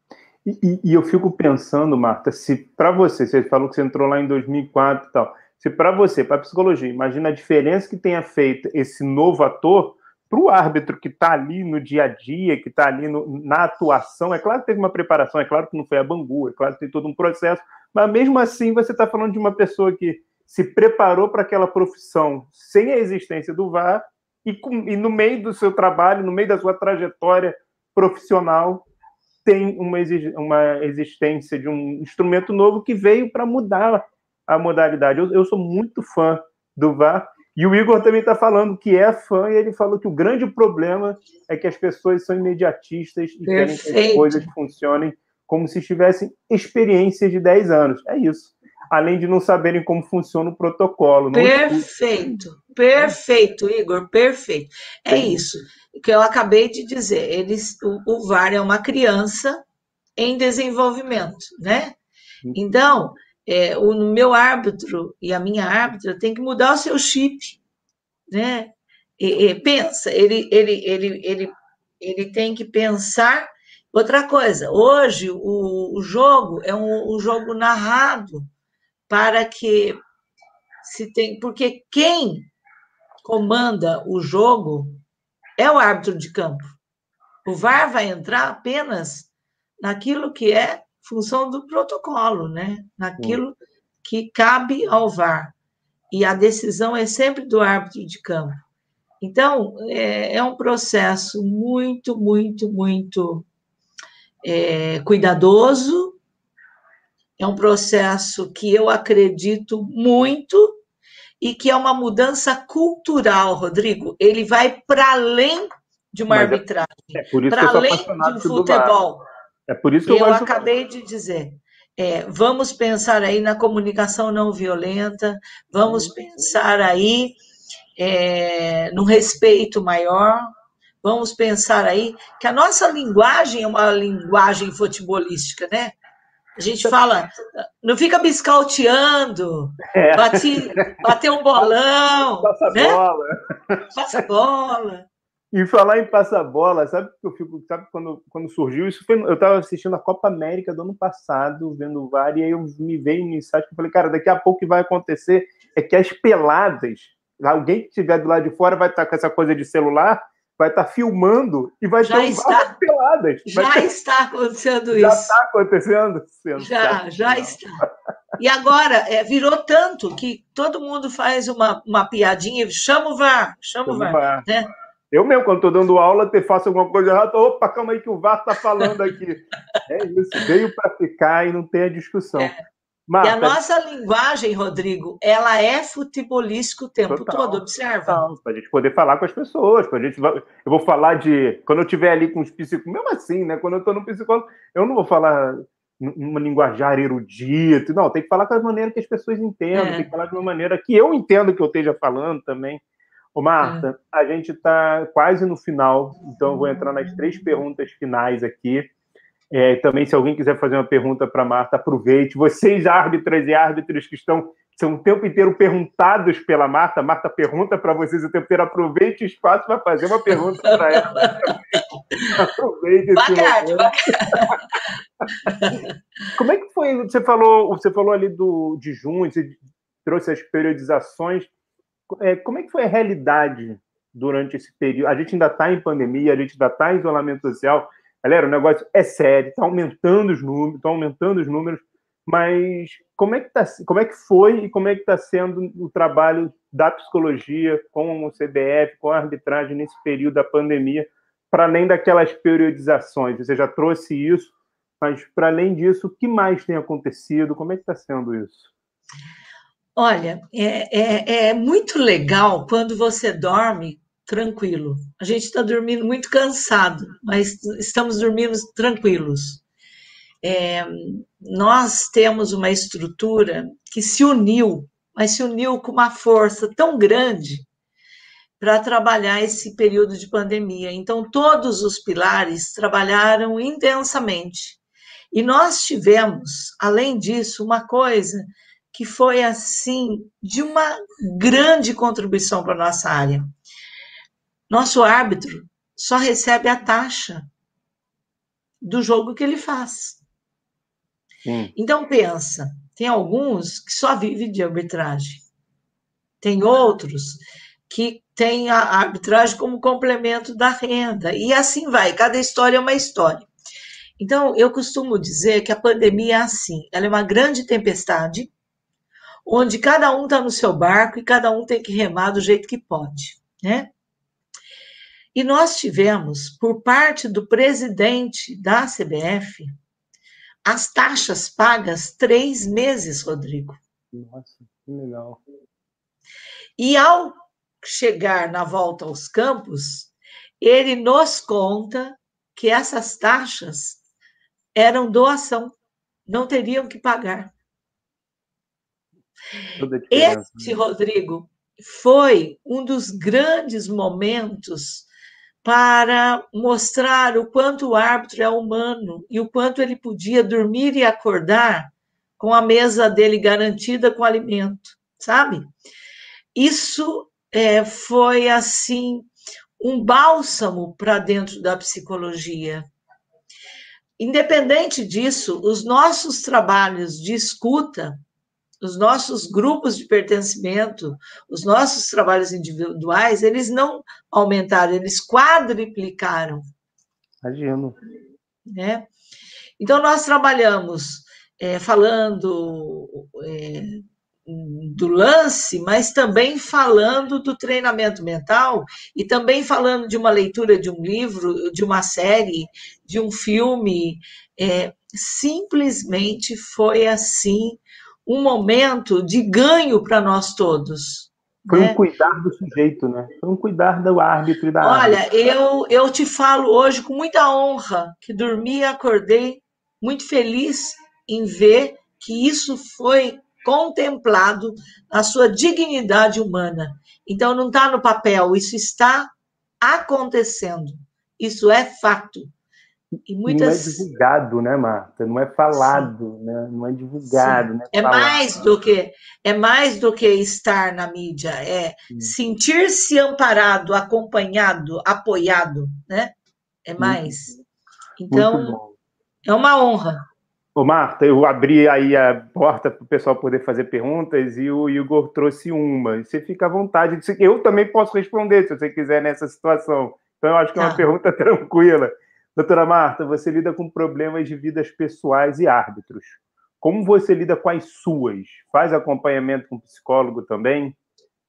E, e eu fico pensando, Marta, se para você, você falou que você entrou lá em dois mil e quatro e tal, se para você, para a psicologia, imagina a diferença que tenha feito esse novo ator para o árbitro que está ali no dia a dia, que está ali no, na atuação. É claro que teve uma preparação, é claro que não foi a Bangu, é claro que tem todo um processo, mas mesmo assim você está falando de uma pessoa que se preparou para aquela profissão sem a existência do V A R e, com, e no meio do seu trabalho, no meio da sua trajetória profissional, tem uma, uma existência de um instrumento novo que veio para mudar a modalidade. Eu, eu sou muito fã do V A R, e o Igor também está falando que é fã, e ele falou que o grande problema é que as pessoas são imediatistas e Perfeito. Querem que as coisas funcionem como se tivessem experiências de dez anos. É isso. Além de não saberem como funciona o protocolo. Perfeito, não... perfeito, Igor, perfeito. É Sim. isso que eu acabei de dizer. Eles, o, o V A R é uma criança em desenvolvimento, né? Então, é, o meu árbitro e a minha árbitra tem que mudar o seu chip, né? E, e, pensa, ele, ele, ele, ele, ele tem que pensar outra coisa. Hoje, o, o jogo é um, um jogo narrado, para que se tem... Porque quem comanda o jogo é o árbitro de campo. O V A R vai entrar apenas naquilo que é função do protocolo, né? Naquilo que cabe ao V A R. E a decisão é sempre do árbitro de campo. Então, é, é um processo muito, muito, muito é, cuidadoso. É um processo que eu acredito muito e que é uma mudança cultural, Rodrigo. Ele vai para além de uma Mas arbitragem, é, é por isso para que eu sou além do futebol. É por isso que eu, eu gosto acabei de dizer. É, vamos pensar aí na comunicação não violenta, vamos pensar aí é, no respeito maior, vamos pensar aí que a nossa linguagem é uma linguagem futebolística, né? A gente fala, não fica biscauteando, é. bate, bater um bolão. Passa né? bola. Passa bola. E falar em passa bola, sabe que eu fico, sabe quando, quando surgiu isso? Foi, eu estava assistindo a Copa América do ano passado, vendo o V A R, e aí eu, me veio um insight que eu falei, cara, daqui a pouco o que vai acontecer é que as peladas, alguém que estiver do lado de fora vai estar com essa coisa de celular, vai estar filmando e vai já ter um está, peladas. Já ter... está acontecendo já isso. Já está acontecendo? Já, já está. E agora, é, virou tanto que todo mundo faz uma, uma piadinha, chama o V A R, chama o V A R. Né? Eu mesmo, quando estou dando aula, te faço alguma coisa errada, opa, calma aí que o V A R está falando aqui. É isso, veio para ficar e não tem a discussão. É. Marta, e a nossa linguagem, Rodrigo, ela é futebolística o tempo total, todo, observa. Para a gente poder falar com as pessoas, pra gente, eu vou falar de, quando eu estiver ali com os psicólogos, mesmo assim, né, quando eu estou no psicólogo, eu não vou falar numa linguajar erudita, não, tem que falar com a maneira que as pessoas entendam, é. tem que falar de uma maneira que eu entendo que eu esteja falando também. Ô, Marta, é. a gente está quase no final, então eu vou entrar nas três perguntas finais aqui. É, também, se alguém quiser fazer uma pergunta para a Marta, aproveite. Vocês, árbitras e árbitros que estão são o tempo inteiro perguntados pela Marta, Marta pergunta para vocês o tempo inteiro, aproveite o espaço para fazer uma pergunta para ela. Aproveite esse Bacana, momento. bacana. Como é que foi? Você falou, você falou ali do, de junho, você trouxe as periodizações. É, como é que foi a realidade durante esse período? A gente ainda está em pandemia, a gente ainda está em isolamento social. Galera, o negócio é sério, está aumentando os números, estão aumentando os números, mas como é que tá, como é que foi e como é que está sendo o trabalho da psicologia com o C B F, com a arbitragem nesse período da pandemia, para além daquelas periodizações? Você já trouxe isso, mas para além disso, o que mais tem acontecido? Como é que está sendo isso? Olha, é, é, é muito legal quando você dorme tranquilo. A gente está dormindo muito cansado, mas estamos dormindo tranquilos. É, nós temos uma estrutura que se uniu, mas se uniu com uma força tão grande para trabalhar esse período de pandemia. Então, todos os pilares trabalharam intensamente. E nós tivemos, além disso, uma coisa que foi, assim, de uma grande contribuição para a nossa área. Nosso árbitro só recebe a taxa do jogo que ele faz. Hum. Então, pensa, tem alguns que só vivem de arbitragem. Tem outros que têm a arbitragem como complemento da renda. E assim vai, cada história é uma história. Então, eu costumo dizer que a pandemia é assim, ela é uma grande tempestade, onde cada um está no seu barco e cada um tem que remar do jeito que pode, né? E nós tivemos, por parte do presidente da C B F, as taxas pagas três meses, Rodrigo. Nossa, que legal. E ao chegar na volta aos campos, ele nos conta que essas taxas eram doação, não teriam que pagar. Esse, Rodrigo, foi um dos grandes momentos para mostrar o quanto o árbitro é humano e o quanto ele podia dormir e acordar com a mesa dele garantida com alimento, sabe? Isso é, foi, assim, um bálsamo para dentro da psicologia. Independente disso, os nossos trabalhos de escuta, os nossos grupos de pertencimento, os nossos trabalhos individuais, eles não aumentaram, eles quadriplicaram. Imagino. Né? Então, nós trabalhamos é, falando é, do lance, mas também falando do treinamento mental e também falando de uma leitura de um livro, de uma série, de um filme. É, simplesmente foi assim um momento de ganho para nós todos. Foi né? um cuidar do sujeito, né? Foi um cuidar do árbitro e da Olha, árbitra. eu, eu te falo hoje com muita honra que dormi e acordei muito feliz em ver que isso foi contemplado na sua dignidade humana. Então, não está no papel, isso está acontecendo. Isso é fato. E muitas... Não é divulgado, né, Marta? Não é falado, né? Não é divulgado, Sim. né? É mais do que é mais do que estar na mídia, é Sim. sentir-se amparado, acompanhado, apoiado, né? É mais. Muito, então, muito bom. É uma honra. Ô, Marta, eu abri aí a porta para o pessoal poder fazer perguntas e o Igor trouxe uma. Você fica à vontade. Eu também posso responder, se você quiser, nessa situação. Então, eu acho que é uma tá. pergunta tranquila. Doutora Marta, você lida com problemas de vidas pessoais e árbitros. Como você lida com as suas? Faz acompanhamento com psicólogo também?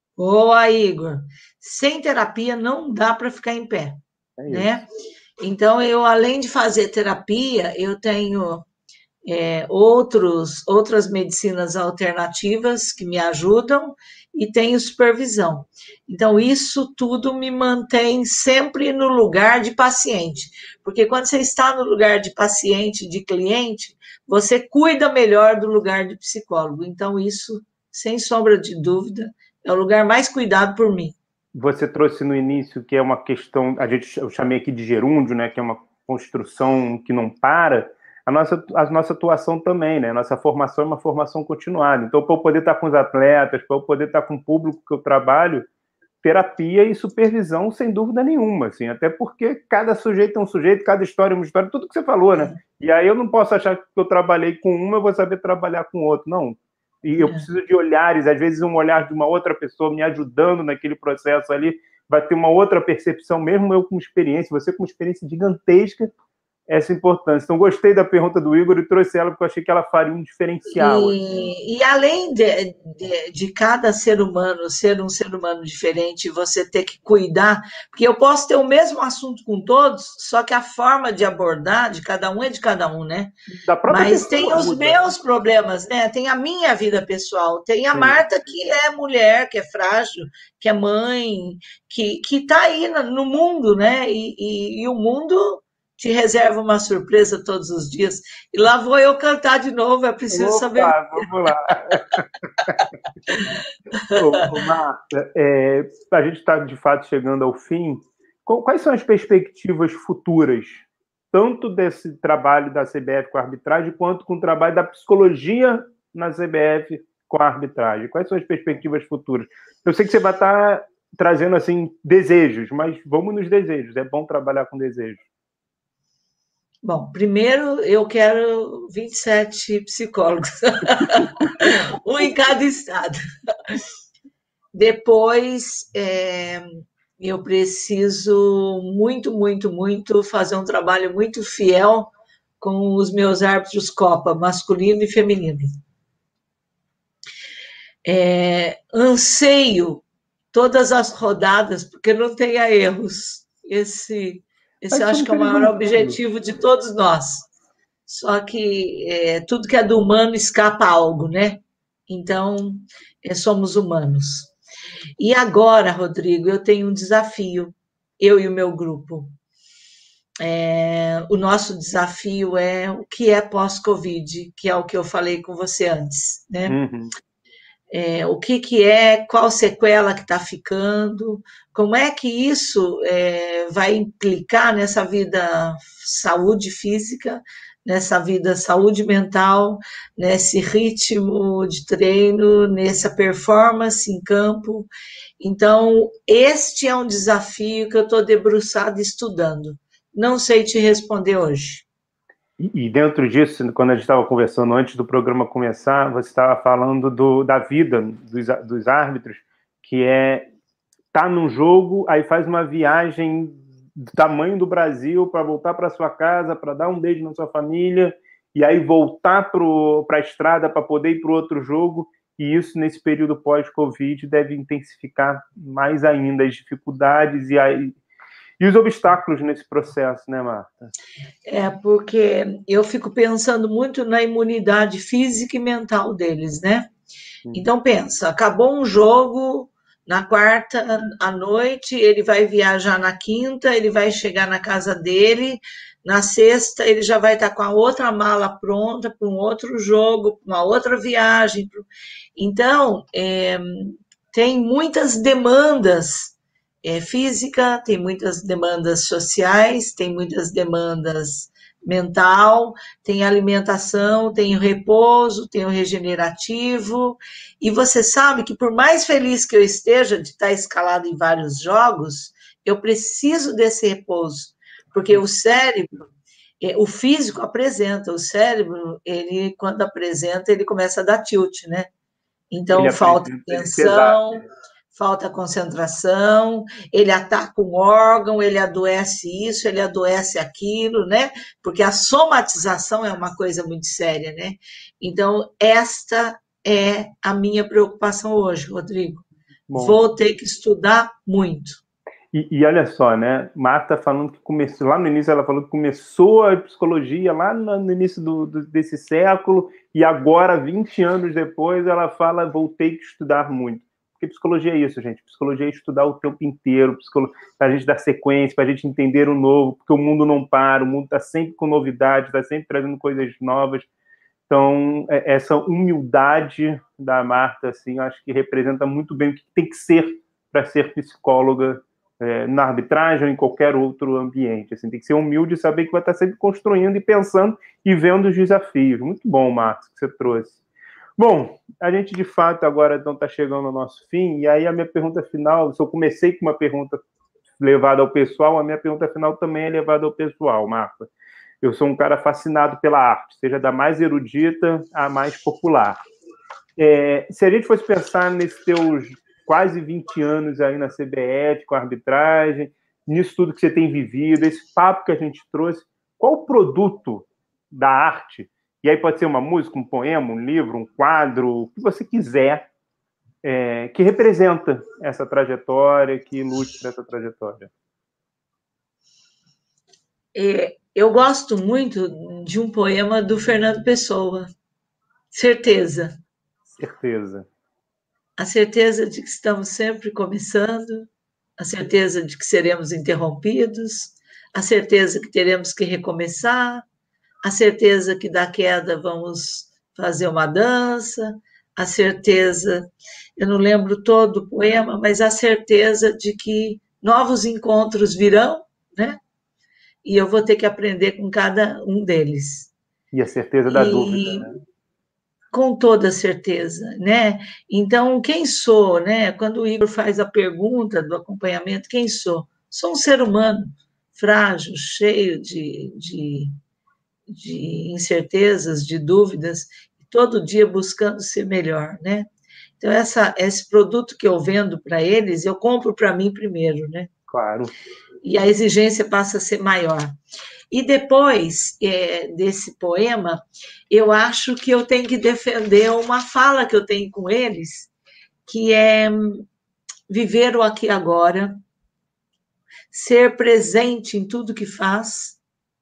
Boa, Igor. Sem terapia não dá para ficar em pé, é né? Então, eu, além de fazer terapia, eu tenho é, outros, outras medicinas alternativas que me ajudam e tenho supervisão. Então, isso tudo me mantém sempre no lugar de paciente, porque quando você está no lugar de paciente, de cliente, você cuida melhor do lugar de psicólogo. Então, isso, sem sombra de dúvida, é o lugar mais cuidado por mim. Você trouxe no início que é uma questão, a gente, eu chamei aqui de gerúndio, né, que é uma construção que não para. A nossa, a nossa atuação também, né? A nossa formação é uma formação continuada. Então, para eu poder estar com os atletas, para eu poder estar com o público que eu trabalho, terapia e supervisão, sem dúvida nenhuma, assim, até porque cada sujeito é um sujeito, cada história é uma história, tudo que você falou, né? E aí eu não posso achar que eu trabalhei com uma, eu vou saber trabalhar com outro, não. E eu preciso de olhares, às vezes um olhar de uma outra pessoa me ajudando naquele processo ali, vai ter uma outra percepção, mesmo eu com experiência, você com experiência gigantesca, essa importância. Então, gostei da pergunta do Igor e trouxe ela porque eu achei que ela faria um diferencial. E, assim. E além de, de, de cada ser humano ser um ser humano diferente, você ter que cuidar, porque eu posso ter o mesmo assunto com todos, só que a forma de abordar de cada um é de cada um, né? Mas tem os muda. meus problemas, né? Tem a minha vida pessoal, tem a Sim. Marta, que é mulher, que é frágil, que é mãe, que está aí no mundo, né? E, e, e o mundo te reserva uma surpresa todos os dias. E lá vou eu cantar de novo, é preciso Opa, saber. Vamos lá. Ô, Marta, é, a gente está, de fato, chegando ao fim. Quais são as perspectivas futuras, tanto desse trabalho da C B F com a arbitragem, quanto com o trabalho da psicologia na C B F com a arbitragem? Quais são as perspectivas futuras? Eu sei que você vai estar trazendo, assim, desejos, mas vamos nos desejos. É bom trabalhar com desejos. Bom, primeiro eu quero vinte e sete psicólogos, um em cada estado. Depois, é, eu preciso muito, muito, muito fazer um trabalho muito fiel com os meus árbitros Copa, masculino e feminino. É, anseio todas as rodadas, porque não tenha erros. Esse, esse eu acho que é o maior objetivo de todos nós. Só que é, tudo que é do humano escapa a algo, né? Então, é, somos humanos. E agora, Rodrigo, eu tenho um desafio, eu e o meu grupo. É, o nosso desafio é o que é pós-Covid, que é o que eu falei com você antes, né? Uhum. É, o que, que é, qual sequela que está ficando, como é que isso é, vai implicar nessa vida saúde física, nessa vida saúde mental, nesse ritmo de treino, nessa performance em campo. Então, este é um desafio que eu estou debruçada estudando. Não sei te responder hoje. E dentro disso, quando a gente estava conversando antes do programa começar, você estava falando do, da vida dos, dos árbitros, que é tá num jogo, aí faz uma viagem do tamanho do Brasil para voltar para sua casa, para dar um beijo na sua família, e aí voltar para a estrada para poder ir para o outro jogo, e isso nesse período pós-Covid deve intensificar mais ainda as dificuldades e aí E os obstáculos nesse processo, né, Marta? É, porque eu fico pensando muito na imunidade física e mental deles, né? Hum. Então, pensa, acabou um jogo na quarta à noite, ele vai viajar na quinta, ele vai chegar na casa dele, na sexta ele já vai estar com a outra mala pronta para um outro jogo, uma outra viagem. Então, é, tem muitas demandas É, física, tem muitas demandas sociais, tem muitas demandas mental, tem alimentação, tem o repouso, tem o regenerativo, e você sabe que por mais feliz que eu esteja de estar escalado em vários jogos, eu preciso desse repouso, porque o cérebro, o físico apresenta, o cérebro, ele quando apresenta, ele começa a dar tilt, né? Então ele falta atenção, falta concentração, ele ataca um órgão, ele adoece isso, ele adoece aquilo, né? Porque a somatização é uma coisa muito séria, né? Então, esta é a minha preocupação hoje, Rodrigo. Bom. Vou ter que estudar muito. E, e olha só, né? Marta falando que começou, lá no início ela falou que começou a psicologia lá no, no início do, do, desse século, e agora, vinte anos depois, ela fala, vou ter que estudar muito. Porque psicologia é isso, gente. Psicologia é estudar o tempo inteiro, para a gente dar sequência, para a gente entender o novo, porque o mundo não para, o mundo está sempre com novidades, está sempre trazendo coisas novas. Então, essa humildade da Marta, assim, eu acho que representa muito bem o que tem que ser para ser psicóloga é, na arbitragem ou em qualquer outro ambiente. Assim, tem que ser humilde e saber que vai estar sempre construindo e pensando e vendo os desafios. Muito bom, Marcos, que você trouxe. Bom, a gente de fato agora então está chegando ao nosso fim, e aí a minha pergunta final, se eu comecei com uma pergunta levada ao pessoal, a minha pergunta final também é levada ao pessoal, Marta. Eu sou um cara fascinado pela arte, seja da mais erudita à mais popular. É, se a gente fosse pensar nesses teus quase vinte anos aí na C B F, com a arbitragem, nisso tudo que você tem vivido, esse papo que a gente trouxe, qual o produto da arte, e aí pode ser uma música, um poema, um livro, um quadro, o que você quiser, é, que representa essa trajetória, que ilustra essa trajetória? É, eu gosto muito de um poema do Fernando Pessoa, Certeza. Certeza. A certeza de que estamos sempre começando, a certeza de que seremos interrompidos, a certeza que teremos que recomeçar, a certeza que da queda vamos fazer uma dança, a certeza, eu não lembro todo o poema, mas a certeza de que novos encontros virão, né? E eu vou ter que aprender com cada um deles. E a certeza da e... dúvida, né? Com toda certeza, né? Então, quem sou, né? Quando o Igor faz a pergunta do acompanhamento, quem sou? Sou um ser humano frágil, cheio de, de, de incertezas, de dúvidas, todo dia buscando ser melhor, né? Então, essa, esse produto que eu vendo para eles, eu compro para mim primeiro, né? Claro. E a exigência passa a ser maior. E depois é, desse poema, eu acho que eu tenho que defender uma fala que eu tenho com eles, que é viver o aqui e agora, ser presente em tudo que faz,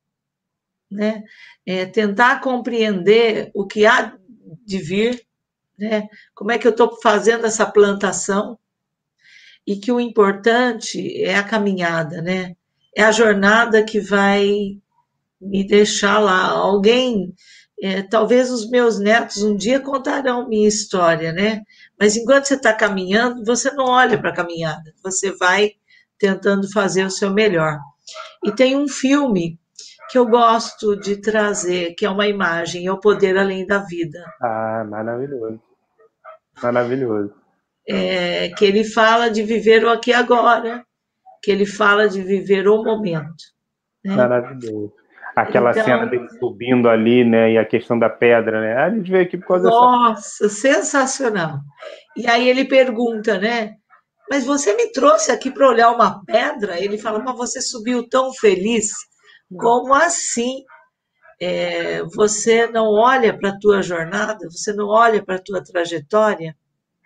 né? É, tentar compreender o que há de vir, né? Como é que eu estou fazendo essa plantação, e que o importante é a caminhada, né? É a jornada que vai me deixar lá. Alguém, é, talvez os meus netos um dia contarão minha história, né? Mas enquanto você está caminhando, você não olha para a caminhada, você vai tentando fazer o seu melhor. E tem um filme que eu gosto de trazer, que é uma imagem, é O Poder Além da Vida. Ah, maravilhoso. Maravilhoso. É, que ele fala de viver o aqui e agora, que ele fala de viver o momento. Né? Maravilhoso. Aquela então, cena dele subindo ali, né? E a questão da pedra, né? A gente veio aqui por causa nossa, dessa... sensacional. E aí ele pergunta, né? Mas você me trouxe aqui para olhar uma pedra? Ele fala, mas você subiu tão feliz. Como assim? É, você não olha para a tua jornada? Você não olha para a tua trajetória?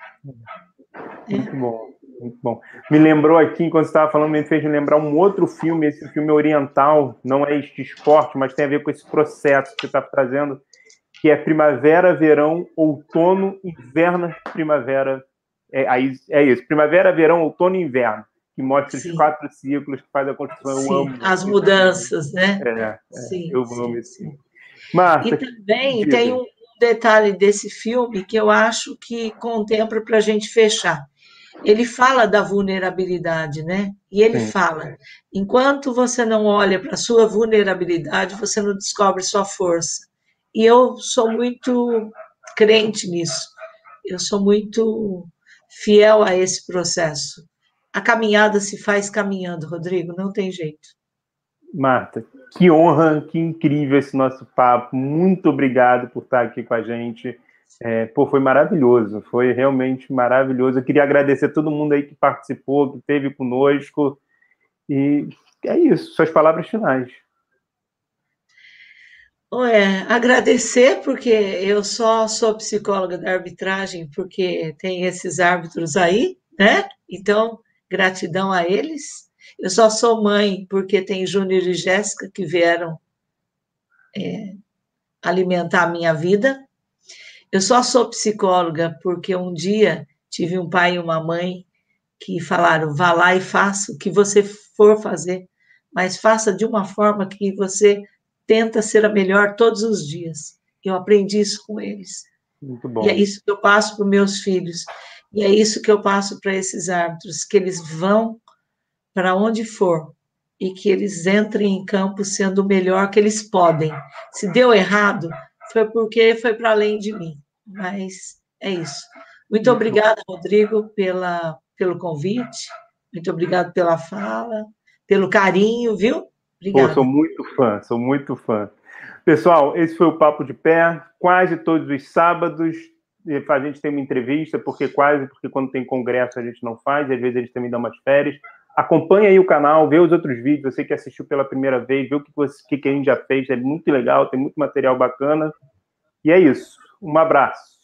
Muito é. bom, muito bom. Me lembrou aqui, enquanto você estava falando, me fez me lembrar um outro filme, esse filme oriental, não é este esporte, mas tem a ver com esse processo que você está trazendo, que é primavera, verão, outono, inverno, primavera. É, aí, é isso, primavera, verão, outono e inverno, que mostra sim. Os quatro ciclos, que faz a construção. Sim, eu amo as mudanças, filme. Né? É, é, sim, eu sim, amo esse sim. filme. Marta, e também diga. Tem um detalhe desse filme que eu acho que contempla para a gente fechar. Ele fala da vulnerabilidade, né? E ele sim. fala, enquanto você não olha para a sua vulnerabilidade, você não descobre sua força. E eu sou muito crente nisso. Eu sou muito fiel a esse processo. A caminhada se faz caminhando, Rodrigo, não tem jeito. Marta, que honra, que incrível esse nosso papo. Muito obrigado por estar aqui com a gente. É, pô, foi maravilhoso, foi realmente maravilhoso. Eu queria agradecer a todo mundo aí que participou, que esteve conosco. E é isso, suas palavras finais. É, agradecer, porque eu só sou psicóloga da arbitragem, porque tem esses árbitros aí, né? Então, gratidão a eles. Eu só sou mãe, porque tem Júnior e Jéssica que vieram é, alimentar a minha vida. Eu só sou psicóloga porque um dia tive um pai e uma mãe que falaram, vá lá e faça o que você for fazer, mas faça de uma forma que você tenta ser a melhor todos os dias. Eu aprendi isso com eles. Muito bom. E é isso que eu passo para os meus filhos. E é isso que eu passo para esses árbitros, que eles vão para onde for e que eles entrem em campo sendo o melhor que eles podem. Se deu errado, foi porque foi para além de mim. Mas é isso. Muito obrigada, Rodrigo, pela, pelo convite, muito obrigado pela fala, pelo carinho, viu? Obrigada. Pô, sou muito fã, sou muito fã. Pessoal, esse foi o Papo de Pé, quase todos os sábados a gente tem uma entrevista, porque quase, porque quando tem congresso a gente não faz, e às vezes eles também dão umas férias. Acompanhe aí o canal, vê os outros vídeos, você que assistiu pela primeira vez, vê o que, você, que a gente já fez, é muito legal, tem muito material bacana. E é isso, um abraço.